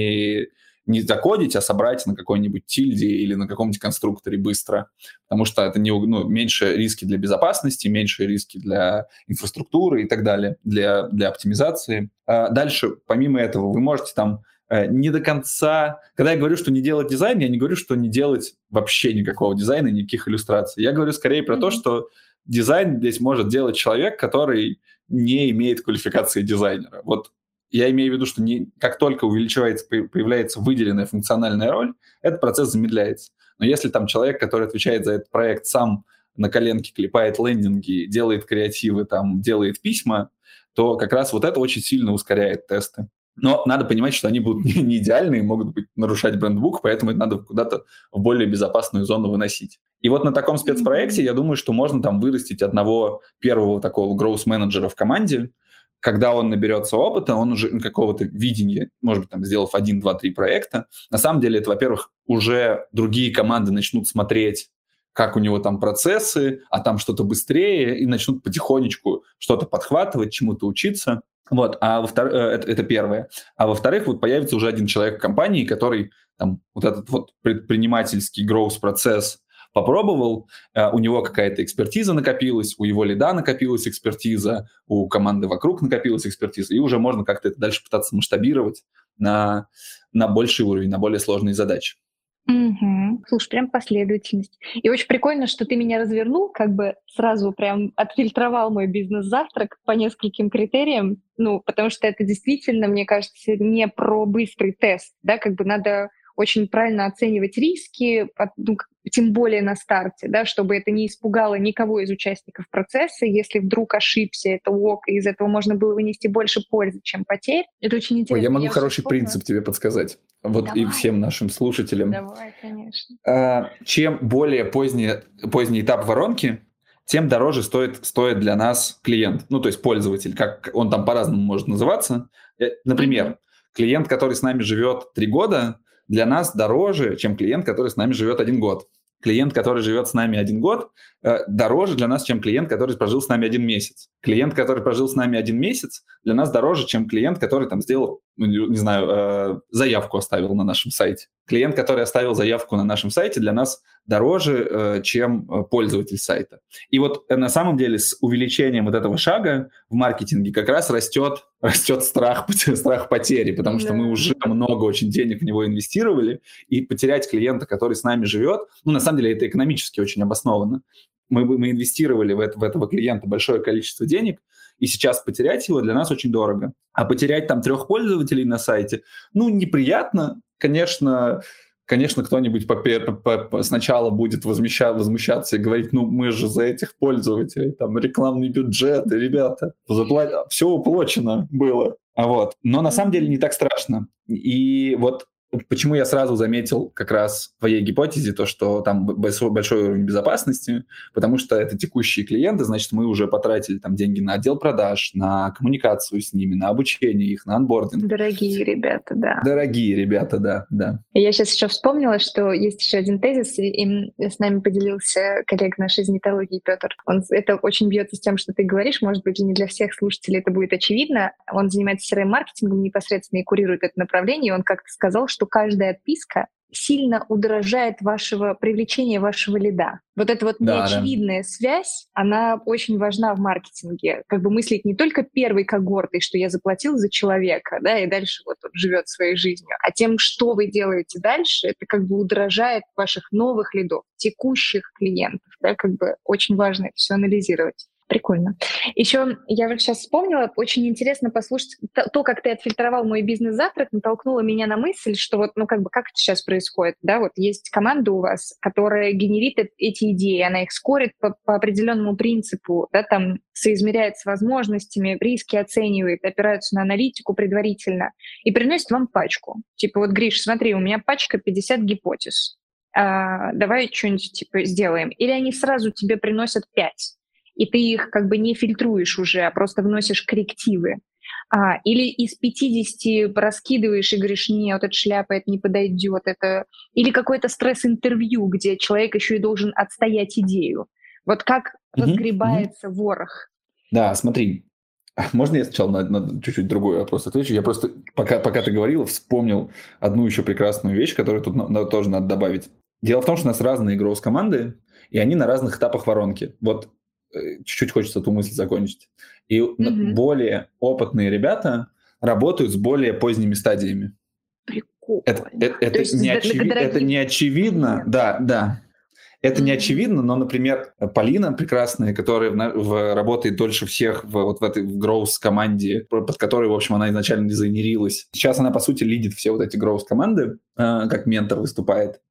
не закодить, а собрать на какой-нибудь тильде или на каком-нибудь конструкторе быстро, потому что это меньше риски для безопасности, меньше риски для инфраструктуры и так далее, для оптимизации. Дальше, помимо этого, вы можете там не до конца... Когда я говорю, что не делать дизайн, я не говорю, что не делать вообще никакого дизайна, никаких иллюстраций. Я говорю скорее про то, что дизайн здесь может делать человек, который не имеет квалификации дизайнера. Вот я имею в виду, что как только появляется выделенная функциональная роль, этот процесс замедляется. Но если там человек, который отвечает за этот проект, сам на коленке клепает лендинги, делает креативы, делает письма, то как раз вот это очень сильно ускоряет тесты. Но надо понимать, что они будут не идеальные, могут нарушать брендбук, поэтому это надо куда-то в более безопасную зону выносить. И вот на таком спецпроекте, я думаю, что можно там вырастить одного первого такого гроус-менеджера в команде. Когда он наберется опыта, он уже какого-то видения, может быть, сделав 1, 2, 3 проекта. На самом деле это, во-первых, уже другие команды начнут смотреть, как у него там процессы, а там что-то быстрее, и начнут потихонечку что-то подхватывать, чему-то учиться. Вот, это первое. А во-вторых, вот появится уже один человек в компании, который там вот этот вот предпринимательский гроус-процесс попробовал, у него какая-то экспертиза накопилась, у его лида накопилась экспертиза, у команды вокруг накопилась экспертиза, и уже можно как-то это дальше пытаться масштабировать на больший уровень, на более сложные задачи. Мгм. Слушай, прям последовательность. И очень прикольно, что ты меня развернул, как бы сразу прям отфильтровал мой бизнес-завтрак по нескольким критериям. Ну, потому что это действительно, мне кажется, не про быстрый тест, да, как бы надо очень правильно оценивать риски, ну, тем более на старте, да, чтобы это не испугало никого из участников процесса. Если вдруг ошибся, это ок, и из этого можно было вынести больше пользы, чем потерь. Это очень Ой, я интересно. могу Я вот сейчас хороший вспомнила. принцип тебе подсказать. Вот и Давай, всем нашим слушателям. давай, конечно. Чем более поздний этап воронки, тем дороже стоит для нас клиент, ну, то есть пользователь, как он там по-разному может называться. Мгм. Например, клиент, который с нами живет 3 года, для нас дороже, чем клиент, который с нами живет 1 год. Клиент, который живет с нами 1 год, дороже для нас, чем клиент, который прожил с нами 1 месяц. Клиент, который прожил с нами 1 месяц, для нас дороже, чем клиент, который там сделал, ну, не знаю, заявку оставил на нашем сайте. Клиент, который оставил заявку на нашем сайте, для нас дороже, чем пользователь сайта. И вот на самом деле с увеличением вот этого шага в маркетинге как раз растет страх потери, потому что мы уже много очень денег в него инвестировали, и потерять клиента, который с нами живет, ну, на самом деле это экономически очень обосновано. Мы инвестировали в этого клиента большое количество денег, и сейчас потерять его для нас очень дорого. А потерять там 3 пользователей на сайте, ну, неприятно. Конечно, кто-нибудь сначала будет возмущаться и говорить, ну, мы же за этих пользователей, там, рекламный бюджет, и, ребята, все уплочено было. Но на самом деле не так страшно. И вот почему я сразу заметил как раз в твоей гипотезе то, что там большой уровень безопасности, потому что это текущие клиенты, значит, мы уже потратили там деньги на отдел продаж, на коммуникацию с ними, на обучение их, на анбординг. Дорогие ребята, да. Дорогие ребята, да. Я сейчас еще вспомнила, что есть еще один тезис, и им с нами поделился коллега нашей из нетологии Петр. Это очень бьется с тем, что ты говоришь, может быть, и не для всех слушателей это будет очевидно. Он занимается CRM-маркетингом непосредственно и курирует это направление, и он как-то сказал, что каждая отписка сильно удорожает привлечение вашего лида. Вот эта вот неочевидная связь, она очень важна в маркетинге. Как бы мыслить не только первой когортой, что я заплатил за человека, да, и дальше вот он живет своей жизнью, а тем, что вы делаете дальше, это как бы удорожает ваших новых лидов, текущих клиентов, да, как бы очень важно это все анализировать. Прикольно. Еще я вот сейчас вспомнила, очень интересно послушать то, как ты отфильтровал мой бизнес-завтрак, натолкнуло меня на мысль, что вот, ну, как бы, как это сейчас происходит, да, вот есть команда у вас, которая генерит эти идеи, она их скорит по определенному принципу, да, там соизмеряет с возможностями, риски оценивает, опирается на аналитику предварительно и приносит вам пачку. Типа, вот, Гриш, смотри, у меня пачка 50 гипотез, давай что-нибудь, типа, сделаем. Или они сразу тебе приносят 5, и ты их как бы не фильтруешь уже, а просто вносишь коррективы. Или из 50 раскидываешь и говоришь, нет, вот эта шляпа, это не подойдет. Или какое-то стресс-интервью, где человек еще и должен отстоять идею. Вот как разгребается ворох? Да, смотри, можно я сначала на чуть-чуть другой вопрос отвечу? Я просто, пока ты говорила, вспомнил одну еще прекрасную вещь, которую тут тоже надо добавить. Дело в том, что у нас разные гроус-команды, и они на разных этапах воронки. Вот чуть-чуть хочется эту мысль закончить. И более опытные ребята работают с более поздними стадиями. Прикольно. Это не очевидно. Да. Это не очевидно, но, например, Полина прекрасная, которая работает дольше всех в этой growth-команде, под которой, в общем, она изначально дизайнерилась. Сейчас она, по сути, лидит все вот эти growth-команды, как ментор выступает.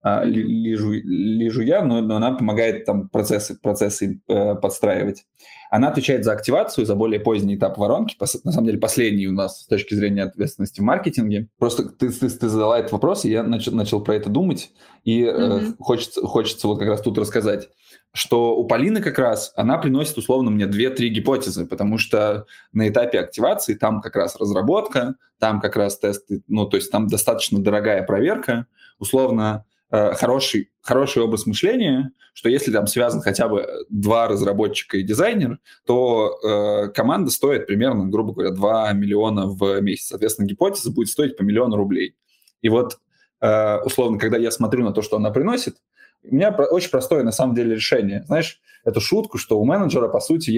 Лижу я, но она помогает там процессы подстраивать. Она отвечает за активацию, за более поздний этап воронки, на самом деле последний у нас с точки зрения ответственности в маркетинге. Просто ты задала этот вопрос, и я начал про это думать, и хочется вот как раз тут рассказать, что у Полины как раз она приносит условно мне 2-3 гипотезы, потому что на этапе активации там как раз разработка, там как раз тесты, ну то есть там достаточно дорогая проверка, условно хороший образ мышления, что если там связан хотя бы 2 разработчика и дизайнер, то команда стоит примерно, грубо говоря, 2 миллиона в месяц. Соответственно, гипотеза будет стоить по 1 000 000 рублей. И вот, условно, когда я смотрю на то, что она приносит, у меня очень простое, на самом деле, решение. Знаешь, эту шутку, что у менеджера, по сути, есть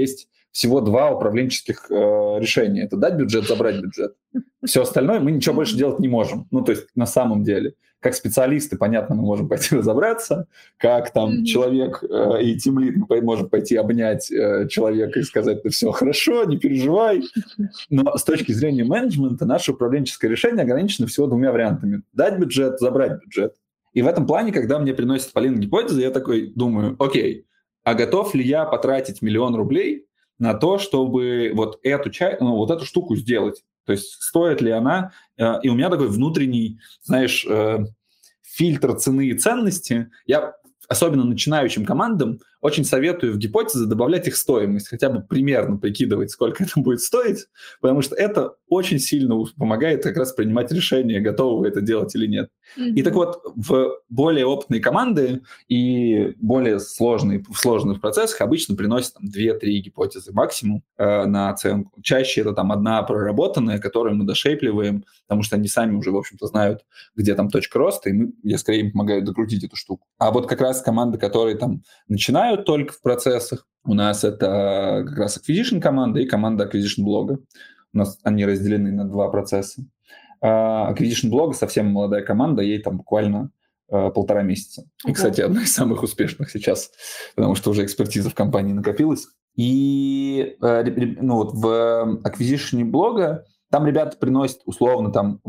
всего два управленческих решения. Это дать бюджет, забрать бюджет. Все остальное мы ничего больше делать не можем. Ну, то есть на самом деле. Как специалисты, понятно, мы можем пойти разобраться, как там человек и тимлид мы можем пойти обнять человека и сказать, ну все хорошо, не переживай. Но с точки зрения менеджмента наше управленческое решение ограничено всего двумя вариантами. Дать бюджет, забрать бюджет. И в этом плане, когда мне приносит Полина гипотезы, я такой думаю, окей, а готов ли я потратить 1 000 000 рублей на то, чтобы вот эту штуку сделать? То есть стоит ли она? И у меня такой внутренний, знаешь, фильтр цены и ценности. Я особенно начинающим командам очень советую в гипотезы добавлять их стоимость, хотя бы примерно прикидывать, сколько это будет стоить, потому что это очень сильно помогает как раз принимать решение, готовы вы это делать или нет. И так вот, в более опытные команды и более в сложных процессах обычно приносят 2-3 гипотезы максимум на оценку. Чаще это там одна проработанная, которую мы дошейпливаем, потому что они сами уже, в общем-то, знают, где там точка роста, и я скорее им помогаю докрутить эту штуку. А вот как раз команды, которые там начинают только в процессах, у нас это как раз acquisition команда и команда acquisition блога. У нас они разделены на 2 процесса. Acquisition блога совсем молодая команда, ей там буквально 1,5 месяца. И, кстати, одна из самых успешных сейчас, потому что уже экспертиза в компании накопилась. И вот в acquisition блога там ребята приносят условно там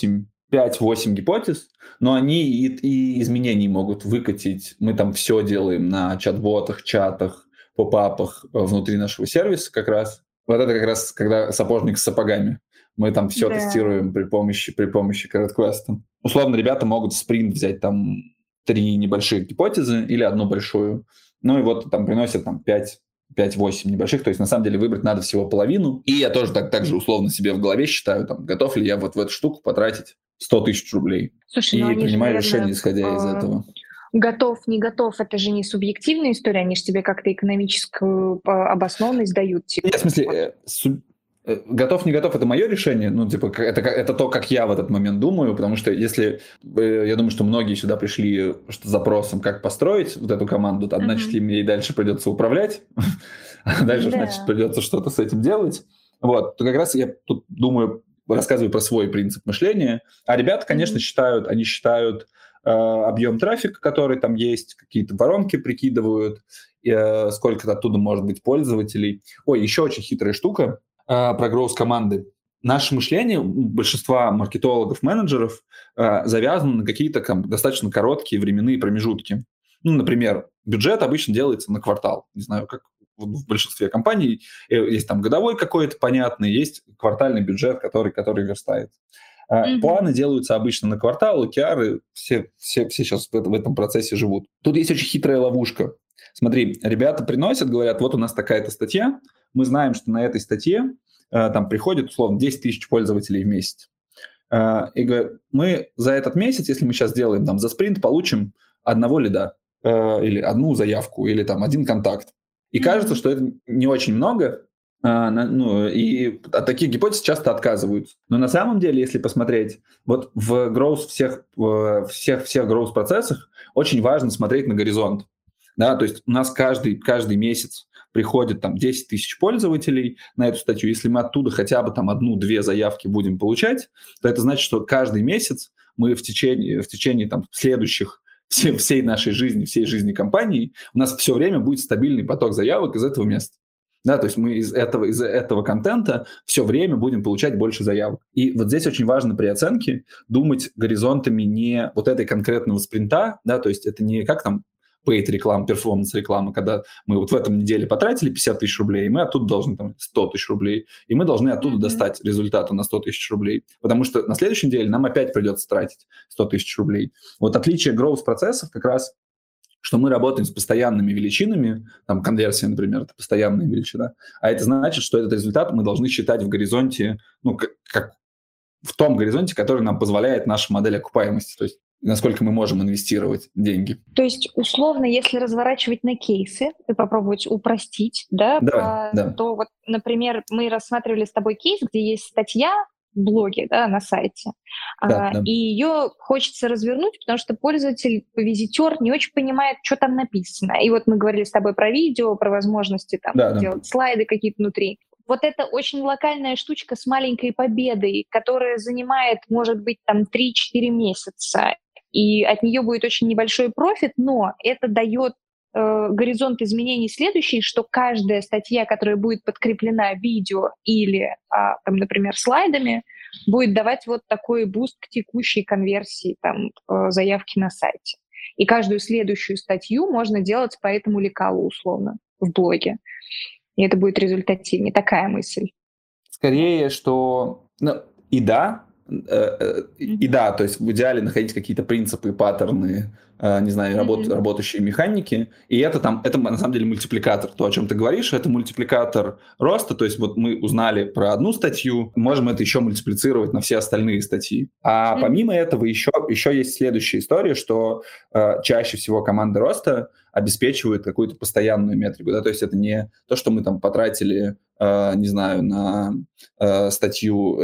5-8 гипотез, но они и изменений могут выкатить. Мы там все делаем на чат-ботах, чатах, поп-апах внутри нашего сервиса как раз. Вот это как раз когда сапожник с сапогами. Мы там все тестируем при помощи CaratQuest. Условно, ребята могут в спринт взять там 3 небольших гипотезы или одну большую. Ну и вот там приносят там 5-8 небольших, то есть на самом деле выбрать надо всего половину. И я тоже так же условно себе в голове считаю, там, готов ли я вот в эту штуку потратить 100 000 рублей. Слушай, и принимаю решение, исходя из этого. Готов, не готов, это же не субъективная история, они же тебе как-то экономическую обоснованность дают. Типа. Нет, в смысле, готов, не готов, это мое решение, ну, типа, это то, как я в этот момент думаю, потому что если, я думаю, что многие сюда пришли с запросом, как построить вот эту команду, то, значит, им ей дальше придется управлять, а дальше, значит, придется что-то с этим делать. Вот, то как раз я тут думаю, рассказываю про свой принцип мышления, а ребята, конечно, считают объем трафика, который там есть, какие-то воронки прикидывают, сколько оттуда может быть пользователей. Ой, еще очень хитрая штука про growth команды. Наше мышление у большинства маркетологов, менеджеров завязано на какие-то достаточно короткие временные промежутки. Ну, например, бюджет обычно делается на квартал. Не знаю, как в большинстве компаний. Есть там годовой какой-то понятный, есть квартальный бюджет, который верстает. Планы делаются обычно на квартал, OKR, все сейчас в этом процессе живут. Тут есть очень хитрая ловушка. Смотри, ребята приносят, говорят, вот у нас такая-то статья, мы знаем, что на этой статье там приходит, условно, 10 000 пользователей в месяц. И говорят, мы за этот месяц, если мы сейчас сделаем там за спринт, получим одного лида, или одну заявку, или там один контакт. И кажется, что это не очень много, и от таких гипотез часто отказываются. Но на самом деле, если посмотреть, вот в growth всех growth процессах очень важно смотреть на горизонт. Да, то есть у нас каждый месяц приходит там 10 000 пользователей на эту статью. Если мы оттуда хотя бы там 1-2 заявки будем получать, то это значит, что каждый месяц мы в течение там следующих всей нашей жизни, всей жизни компании, у нас все время будет стабильный поток заявок из этого места. Да, то есть мы из этого контента все время будем получать больше заявок. И вот здесь очень важно при оценке думать горизонтами не вот этой конкретного спринта, да, то есть это не как там paid реклама, перформанс реклама, когда мы вот в этом неделе потратили 50 000 рублей, и мы оттуда должны там 100 000 рублей, и мы должны оттуда достать результаты на 100 000 рублей, потому что на следующей неделе нам опять придется тратить 100 000 рублей. Вот отличие growth-процессов как раз, что мы работаем с постоянными величинами, там конверсия, например, это постоянная величина, а это значит, что этот результат мы должны считать в горизонте, ну, как в том горизонте, который нам позволяет наша модель окупаемости, то есть насколько мы можем инвестировать деньги. То есть, условно, если разворачивать на кейсы и попробовать упростить, да. То вот, например, мы рассматривали с тобой кейс, где есть статья, блоге, да, на сайте. Да, да. И ее хочется развернуть, потому что пользователь, визитер не очень понимает, что там написано. И вот мы говорили с тобой про видео, про возможности там Да, да. делать слайды какие-то внутри. Вот это очень локальная штучка с маленькой победой, которая занимает, может быть, там 3-4 месяца, и от нее будет очень небольшой профит, но это дает горизонт изменений следующий, что каждая статья, которая будет подкреплена видео или, там, например, слайдами, будет давать вот такой буст к текущей конверсии там, заявки на сайте. И каждую следующую статью можно делать по этому лекалу условно в блоге. И это будет результативнее. Такая мысль. Скорее, что... Ну, и да, и да, то есть в идеале находить какие-то принципы, паттерны, не знаю, работающие механики, и это на самом деле мультипликатор. То, о чем ты говоришь, это мультипликатор роста, то есть вот мы узнали про одну статью, можем это еще мультиплицировать на все остальные статьи. А помимо этого еще есть следующая история, что чаще всего команды роста обеспечивают какую-то постоянную метрику, да, то есть это не то, что мы там потратили, не знаю, на статью,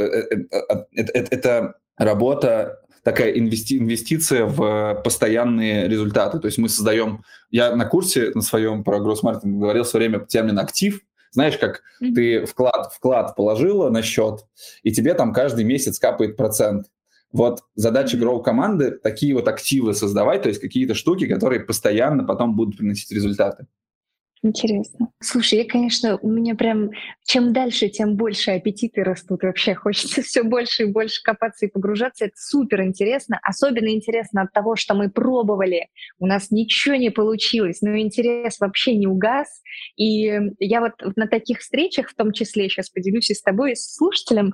это работа, такая инвестиция в постоянные результаты. То есть мы создаем... Я на курсе на своем про гросс-маркетинг говорил все время термин «актив». Знаешь, как ты вклад положила на счет, и тебе там каждый месяц капает процент. Вот задача Grow-команды такие вот активы создавать, то есть какие-то штуки, которые постоянно потом будут приносить результаты. Интересно. Слушай, у меня прям чем дальше, тем больше аппетиты растут. Вообще хочется все больше и больше копаться и погружаться. Это супер интересно. Особенно интересно от того, что мы пробовали. У нас ничего не получилось, но интерес вообще не угас. И я вот на таких встречах, в том числе, сейчас поделюсь и с тобой, и с слушателем,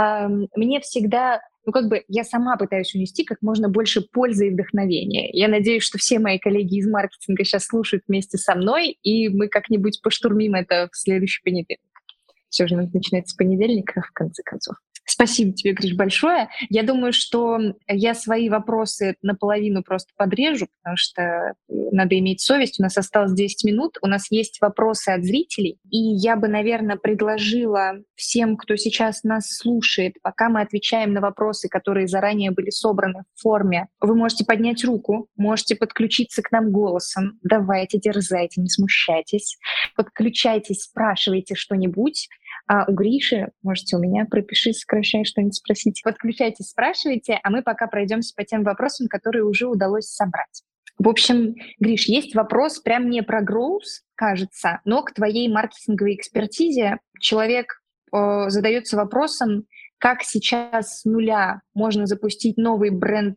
мне всегда я сама пытаюсь унести как можно больше пользы и вдохновения. Я надеюсь, что все мои коллеги из маркетинга сейчас слушают вместе со мной, и мы как-нибудь поштурмим это в следующий понедельник. Все же начинается с понедельника, в конце концов. Спасибо тебе, Гриш, большое. Я думаю, что я свои вопросы наполовину просто подрежу, потому что надо иметь совесть. У нас осталось 10 минут. У нас есть вопросы от зрителей. И я бы, наверное, предложила всем, кто сейчас нас слушает, пока мы отвечаем на вопросы, которые заранее были собраны в форме, вы можете поднять руку, можете подключиться к нам голосом. Давайте, дерзайте, не смущайтесь. Подключайтесь, спрашивайте что-нибудь. А у Гриши, можете у меня, пропиши, сокращай, что-нибудь спросить. Подключайтесь, спрашивайте, а мы пока пройдемся по тем вопросам, которые уже удалось собрать. В общем, Гриш, есть вопрос прям не про growth, кажется, но к твоей маркетинговой экспертизе. Человек задается вопросом, как сейчас с нуля можно запустить новый бренд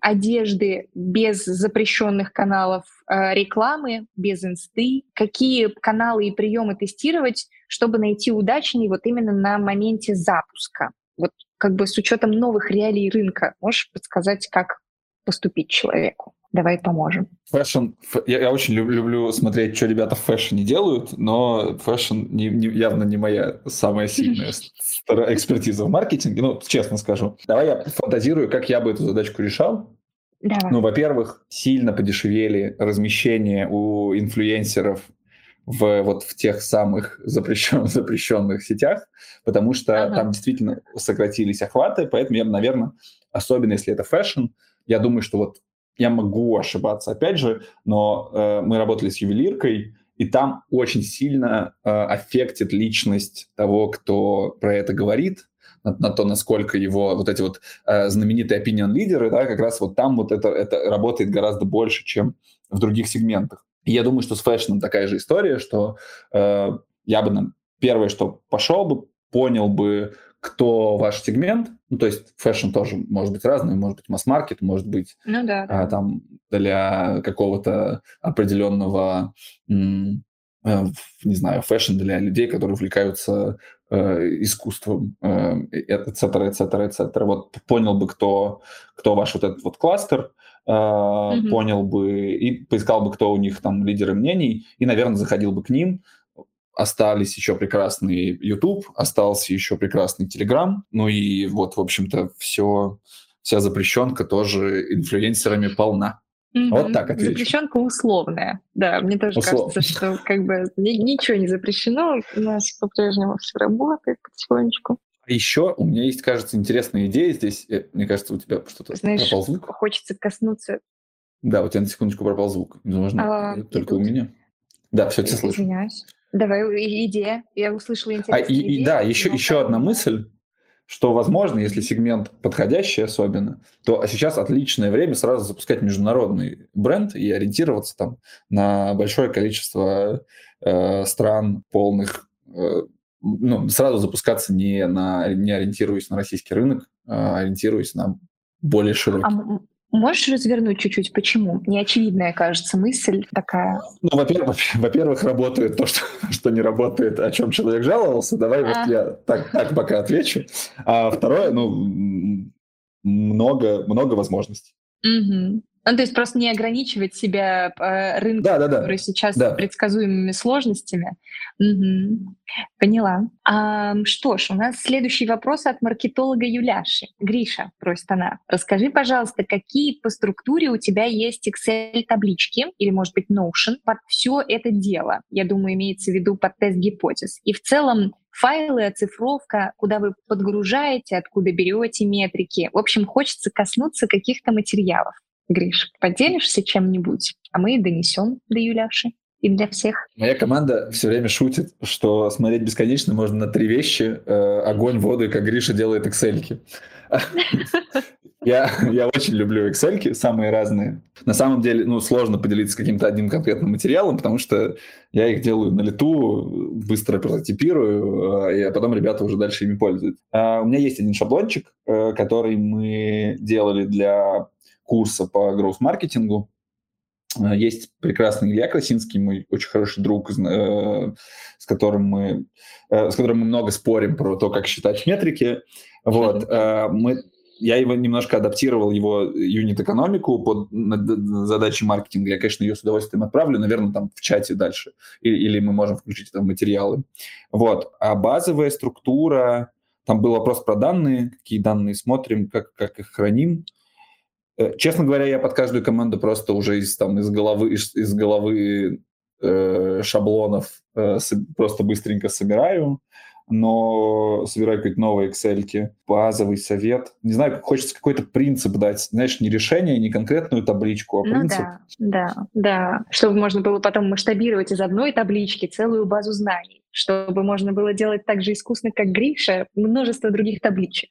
одежды без запрещенных каналов рекламы, без инсты, какие каналы и приемы тестировать, чтобы найти удачный вот именно на моменте запуска. Вот как бы с учетом новых реалий рынка, можешь подсказать, как поступить человеку? Давай поможем. Фэшн. Я очень люблю смотреть, что ребята в фэшне делают, но фэшн явно не моя самая сильная экспертиза в маркетинге, честно скажу. Давай я фантазирую, как я бы эту задачку решал. Давай. Во-первых, сильно подешевели размещение у инфлюенсеров в тех самых запрещенных сетях, потому что там действительно сократились охваты, поэтому я бы, наверное, особенно если это фэшн, я думаю, что вот я могу ошибаться, опять же, но мы работали с ювелиркой, и там очень сильно аффектит личность того, кто про это говорит, на то, насколько его вот эти вот знаменитые opinion-лидеры, да, как раз вот там вот это работает гораздо больше, чем в других сегментах. И я думаю, что с фэшном такая же история, что я бы, первое, что пошел бы, понял бы, кто ваш сегмент, то есть фэшн тоже может быть разный, может быть масс-маркет, может быть там для какого-то определенного, не знаю, фэшн для людей, которые увлекаются искусством, et cetera. Вот понял бы, кто ваш вот этот вот кластер, понял бы и поискал бы, кто у них там лидеры мнений, и, наверное, заходил бы к ним. Остались еще прекрасный YouTube, остался еще прекрасный Telegram, и вот, в общем-то, вся запрещенка тоже инфлюенсерами полна. Вот так отвечу. Запрещенка условная. Да, мне тоже кажется, что как бы ничего не запрещено, у нас по-прежнему все работает потихонечку. А еще у меня есть, кажется, интересная идея здесь. Мне кажется, у тебя что-то Знаешь, пропал звук. хочется коснуться... Да, у тебя на секундочку пропал звук. Возможно, И только у тут, меня. Да, все, тебя слышу. извиняюсь. Давай, идея. Я услышала И, интересную идею, да, давайте еще болтаем. одна мысль, что, возможно, если Мгм. сегмент подходящий особенно, то сейчас отличное время сразу запускать международный бренд и ориентироваться там на большое количество стран полных, ну, сразу запускаться не ориентируясь на российский рынок, а ориентируясь на более А широкий. можешь развернуть чуть-чуть, почему? Неочевидная, кажется, мысль такая. Ну, во-первых, работает то, что не работает, о чем человек жаловался. Давай вот А, я так пока отвечу. А второе, ну, мгм. много возможностей. Мгм. Ну, то есть просто не ограничивать себя рынком, Да, да, который да, сейчас с да. предсказуемыми сложностями. Мгм. Поняла. Что ж, у нас следующий вопрос от маркетолога Юляши. Гриша, просит она, расскажи, пожалуйста, какие по структуре у тебя есть Excel-таблички или, может быть, Notion под все это дело? Я думаю, имеется в виду под тест гипотез. И в целом файлы, оцифровка, куда вы подгружаете, откуда берете метрики. В общем, хочется коснуться каких-то материалов. Гриш, поделишься чем-нибудь, а мы донесем до Юляши и для всех. Моя команда все время шутит, что смотреть бесконечно можно на 3 вещи: огонь, воду и как Гриша делает эксельки. Я очень люблю эксельки, самые разные. На самом деле, ну, сложно поделиться каким-то одним конкретным материалом, потому что я их делаю на лету, быстро прототипирую, а потом ребята уже дальше ими пользуются. У меня есть один шаблончик, который мы делали для курса по гроус-маркетингу. Есть прекрасный Илья Красинский, мой очень хороший друг, с которым мы много спорим про то, как считать метрики. Вот. Я его немножко адаптировал, его юнит-экономику под задачи маркетинга. Я, конечно, ее с удовольствием отправлю, наверное, там в чате дальше. Или мы можем включить это в материалы. Вот. А базовая структура... Там был вопрос про данные, какие данные смотрим, как их храним. Честно говоря, я под каждую команду просто уже из головы шаблонов просто быстренько собираю, но собираю какие-то новые Excel-ки. Базовый совет. Не знаю, хочется какой-то принцип дать. Знаешь, не решение, не конкретную табличку, а Ну принцип. да, да, да. Чтобы можно было потом масштабировать из одной таблички целую базу знаний. Чтобы можно было делать так же искусно, как Гриша, множество других табличек.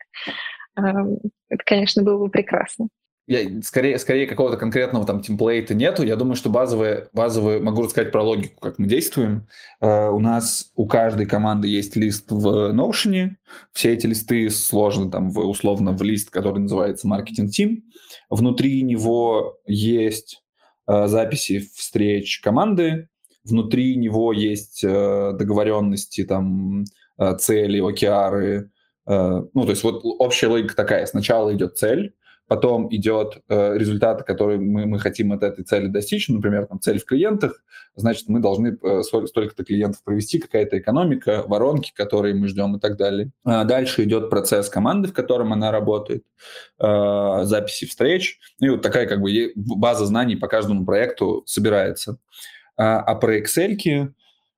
Это, конечно, было бы прекрасно. Скорее какого-то конкретного там темплейта нету. Я думаю, что базовые могу рассказать про логику, как мы действуем. У нас у каждой команды есть лист в Notion. Все эти листы сложены там условно в лист, который называется Marketing Team. Внутри него есть записи встреч команды. Внутри него есть договоренности, там, цели, OKR. Ну, то есть вот общая логика такая. Сначала идет цель, потом идет результаты, которые мы хотим от этой цели достичь, например, там, цель в клиентах, значит, мы должны столько-то клиентов провести, какая-то экономика, воронки, которые мы ждем и так далее. Дальше идет процесс команды, в котором она работает, записи встреч, и вот такая как бы база знаний по каждому проекту собирается. Про Excel-ки,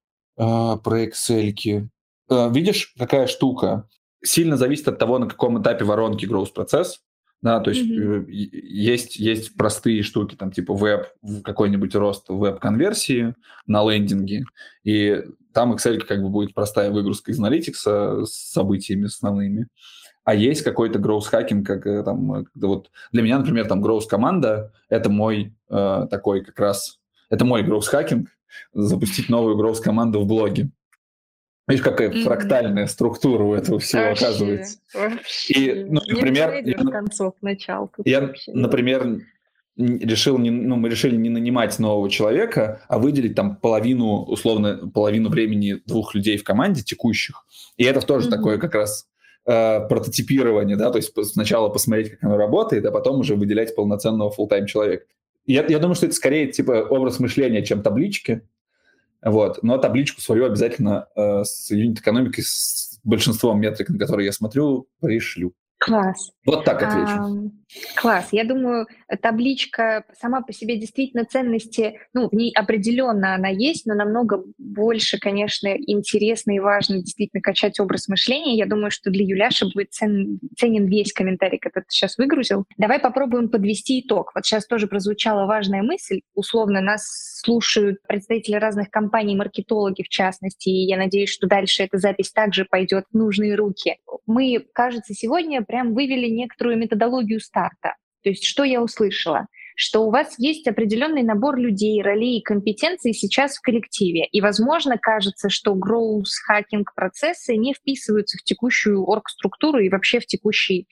видишь, какая штука? Сильно зависит от того, на каком этапе воронки growth-процесс. Да, то есть Мгм. есть простые штуки, там типа какой-нибудь рост веб-конверсии на лендинге, и там Excel как бы будет простая выгрузка из Analytics с событиями основными. А есть какой-то growth-хакинг, как там, вот для меня, например, там growth-команда — это мой такой как раз, это мой growth-хакинг, запустить новую growth-команду в блоге. Видишь, какая Мгм. фрактальная структура у этого всего Вообще, оказывается. И, вообще. ну, Не например, найдешь концов, начал тут я, вообще. например, мы решили не нанимать нового человека, а выделить там половину времени 2 людей в команде текущих. И это тоже такое Мгм. как раз прототипирование, да, то есть сначала посмотреть, как оно работает, а потом уже выделять полноценного full-time человека. Я думаю, что это скорее типа образ мышления, чем таблички. Вот. Но табличку свою обязательно с юнит-экономикой, с большинством метрик, на которые я смотрю, пришлю. Класс. Вот так отвечу. Класс. Я думаю, табличка сама по себе действительно ценности, ну, в ней определенно она есть, но намного больше, конечно, интересно и важно действительно качать образ мышления. Я думаю, что для Юляши будет ценен весь комментарий, который ты сейчас выгрузил. Давай попробуем подвести итог. Вот сейчас тоже прозвучала важная мысль. Условно нас слушают представители разных компаний, маркетологи в частности, и я надеюсь, что дальше эта запись также пойдет в нужные руки. Мы, кажется, сегодня прям вывели некоторую методологию старта. То есть что я услышала? Что у вас есть определенный набор людей, ролей и компетенций сейчас в коллективе. И, возможно, кажется, что growth-hacking процессы не вписываются в текущую оргструктуру и вообще в текущие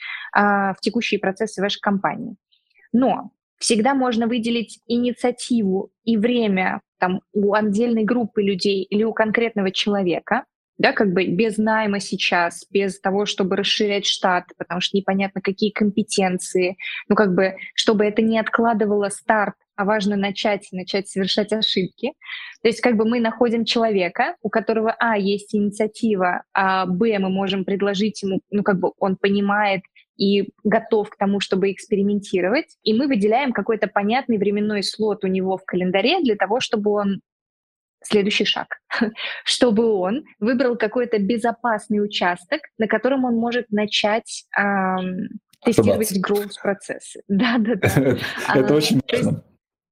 процессы вашей компании. Но всегда можно выделить инициативу и время там, у отдельной группы людей или у конкретного человека, да, как бы без найма сейчас, без того, чтобы расширять штат, потому что непонятно, какие компетенции, ну, как бы, чтобы это не откладывало старт, а важно начать совершать ошибки. То есть как бы мы находим человека, у которого, есть инициатива, а, мы можем предложить ему, ну, как бы он понимает и готов к тому, чтобы экспериментировать, и мы выделяем какой-то понятный временной слот у него в календаре для того, чтобы он следующий шаг, чтобы он выбрал какой-то безопасный участок, на котором он может начать тестировать growth-процессы. Да-да-да. Это очень важно.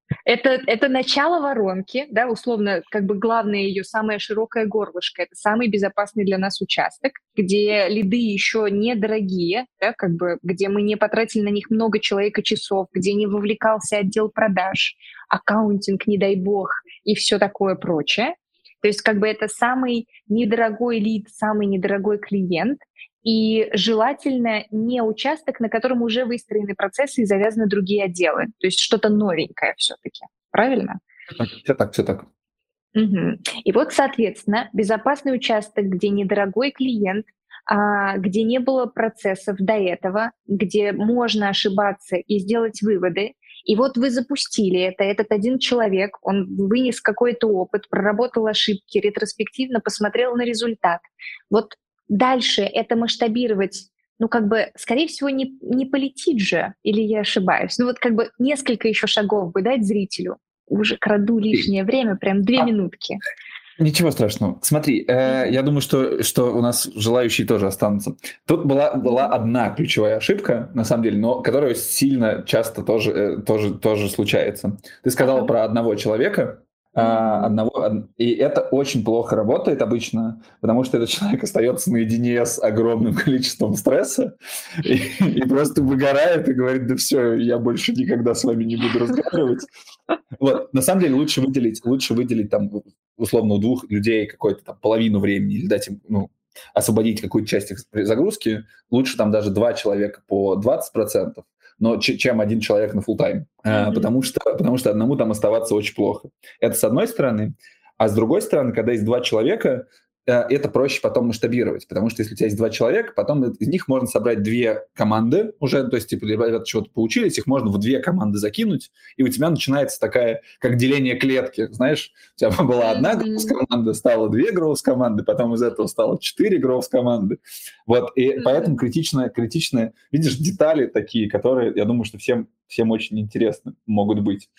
Это начало воронки, да, условно, как бы главное ее самое широкое горлышко. Это самый безопасный для нас участок, где лиды еще недорогие, да, как бы, где мы не потратили на них много человека часов, где не вовлекался отдел продаж, аккаунтинг, не дай бог, и все такое прочее. То есть как бы это самый недорогой лид, самый недорогой клиент, и желательно не участок, на котором уже выстроены процессы и завязаны другие отделы. То есть что-то новенькое все-таки. Правильно? Все так. Угу. И вот, соответственно, безопасный участок, где недорогой клиент, где не было процессов до этого, где можно ошибаться и сделать выводы. И вот вы запустили это, этот один человек, он вынес какой-то опыт, проработал ошибки, ретроспективно посмотрел на результат. Вот дальше это масштабировать, ну, как бы, скорее всего, не полетит же, или я ошибаюсь? Ну, вот как бы несколько еще шагов бы дать зрителю. Уже краду лишнее время, прям 2 минутки. Ничего страшного. Смотри, я думаю, что у нас желающие тоже останутся. Тут была одна ключевая ошибка, на самом деле, но которая сильно часто тоже случается. Ты сказал про одного человека, и это очень плохо работает обычно, потому что этот человек остается наедине с огромным количеством стресса и просто выгорает и говорит: да все, я больше никогда с вами не буду разговаривать. Вот. На самом деле лучше выделить там условно у 2 людей какую-то там половину времени или дать им, освободить какую-то часть их загрузки. Лучше там даже 2 человека по 20%, но чем 1 человек на фулл-тайм. Потому что одному там оставаться очень плохо. Это с одной стороны. А с другой стороны, когда есть 2 человека, это проще потом масштабировать, потому что если у тебя есть 2 человека, потом из них можно собрать 2 команды уже, то есть типа ребята чего-то поучились, их можно в 2 команды закинуть, и у тебя начинается такая, как деление клетки, знаешь, у тебя была одна гроус-команда, стало 2 гроус-команды, потом из этого стало 4 гроус-команды. Вот, и поэтому критично, видишь, детали такие, которые, я думаю, что всем очень интересны могут быть.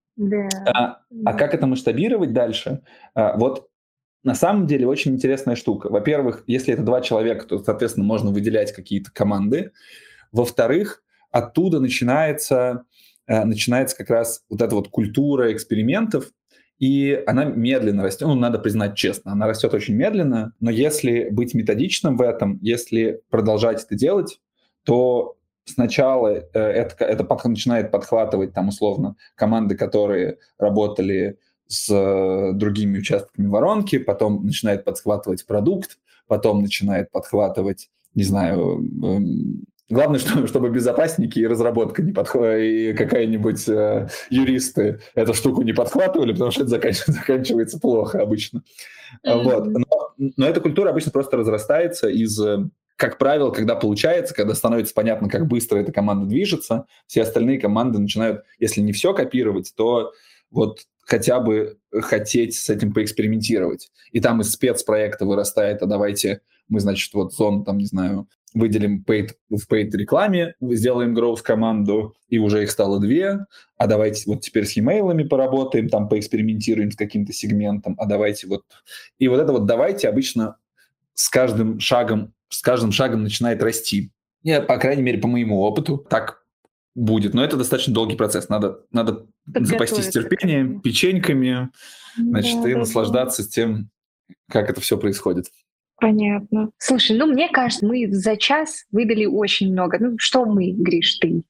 Да. А как это масштабировать дальше? Вот на самом деле очень интересная штука. Во-первых, если это 2 человека, то, соответственно, можно выделять какие-то команды. Во-вторых, оттуда начинается как раз вот эта вот культура экспериментов, и она медленно растет. Ну, надо признать честно, она растет очень медленно, но если быть методичным в этом, если продолжать это делать, то сначала это начинает подхватывать там условно команды, которые работали с другими участками воронки, потом начинает подхватывать продукт, потом начинает подхватывать, не знаю, главное, чтобы безопасники и разработка не подхватывали, и какая-нибудь юристы эту штуку не подхватывали, потому что это заканчивается плохо обычно. Вот. Но эта культура обычно просто разрастается как правило, когда получается, когда становится понятно, как быстро эта команда движется, все остальные команды начинают, если не все копировать, то вот хотя бы хотеть с этим поэкспериментировать. И там из спецпроекта вырастает, а давайте мы, значит, вот зону, там, не знаю, выделим в paid рекламе, сделаем growth команду, и уже их стало 2, а давайте вот теперь с e-mail'ами поработаем, там поэкспериментируем с каким-то сегментом, а давайте вот... И вот это вот давайте обычно с каждым шагом начинает расти. Я, по крайней мере, по моему опыту, так будет. Но это достаточно долгий процесс. Надо запастись терпением, печеньками, значит, и наслаждаться тем, как это все происходит. Понятно. Слушай, мне кажется, мы за час выдали очень много. Что мы, Гриш, ты?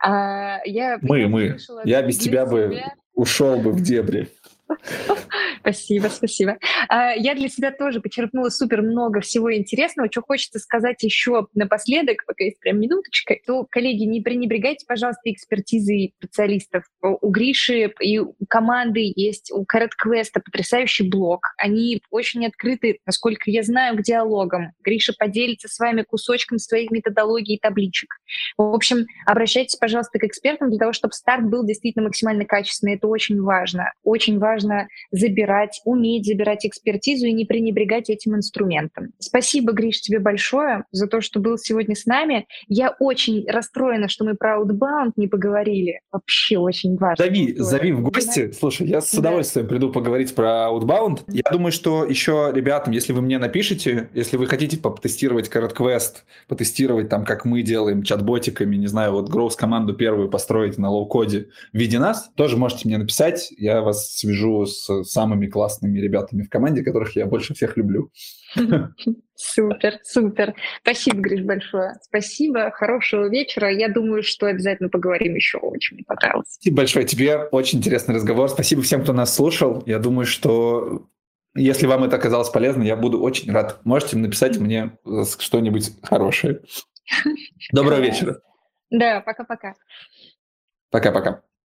Мы. Я без тебя бы ушел бы в дебри. Спасибо. Я для себя тоже почерпнула супер много всего интересного. Что хочется сказать еще напоследок, пока есть прям минуточка, то, коллеги, не пренебрегайте, пожалуйста, экспертизой специалистов. У Гриши и у команды есть, у CaratQuest потрясающий блог. Они очень открыты, насколько я знаю, к диалогам. Гриша поделится с вами кусочком своей методологии и табличек. В общем, обращайтесь, пожалуйста, к экспертам для того, чтобы старт был действительно максимально качественный. Это очень важно. Очень важно уметь забирать экспертизу и не пренебрегать этим инструментом. Спасибо, Гриш, тебе большое за то, что был сегодня с нами. Я очень расстроена, что мы про Outbound не поговорили. Вообще очень важно. Зови в гости. Слушай, я с удовольствием приду поговорить про Outbound. Я думаю, что еще, ребятам, если вы мне напишите, если вы хотите потестировать CaratQuest, потестировать там, как мы делаем чат-ботиками, не знаю, вот Growth команду первую построить на лоу-коде в виде нас, тоже можете мне написать. Я вас свяжу с самыми классными ребятами в команде, которых я больше всех люблю. Супер. Спасибо, Гриш, большое. Спасибо, хорошего вечера. Я думаю, что обязательно поговорим еще. Очень мне понравилось. Спасибо большое тебе. Очень интересный разговор. Спасибо всем, кто нас слушал. Я думаю, что если вам это оказалось полезно, я буду очень рад. Можете написать мне что-нибудь хорошее. Доброго вечера. Да, пока-пока. Пока-пока.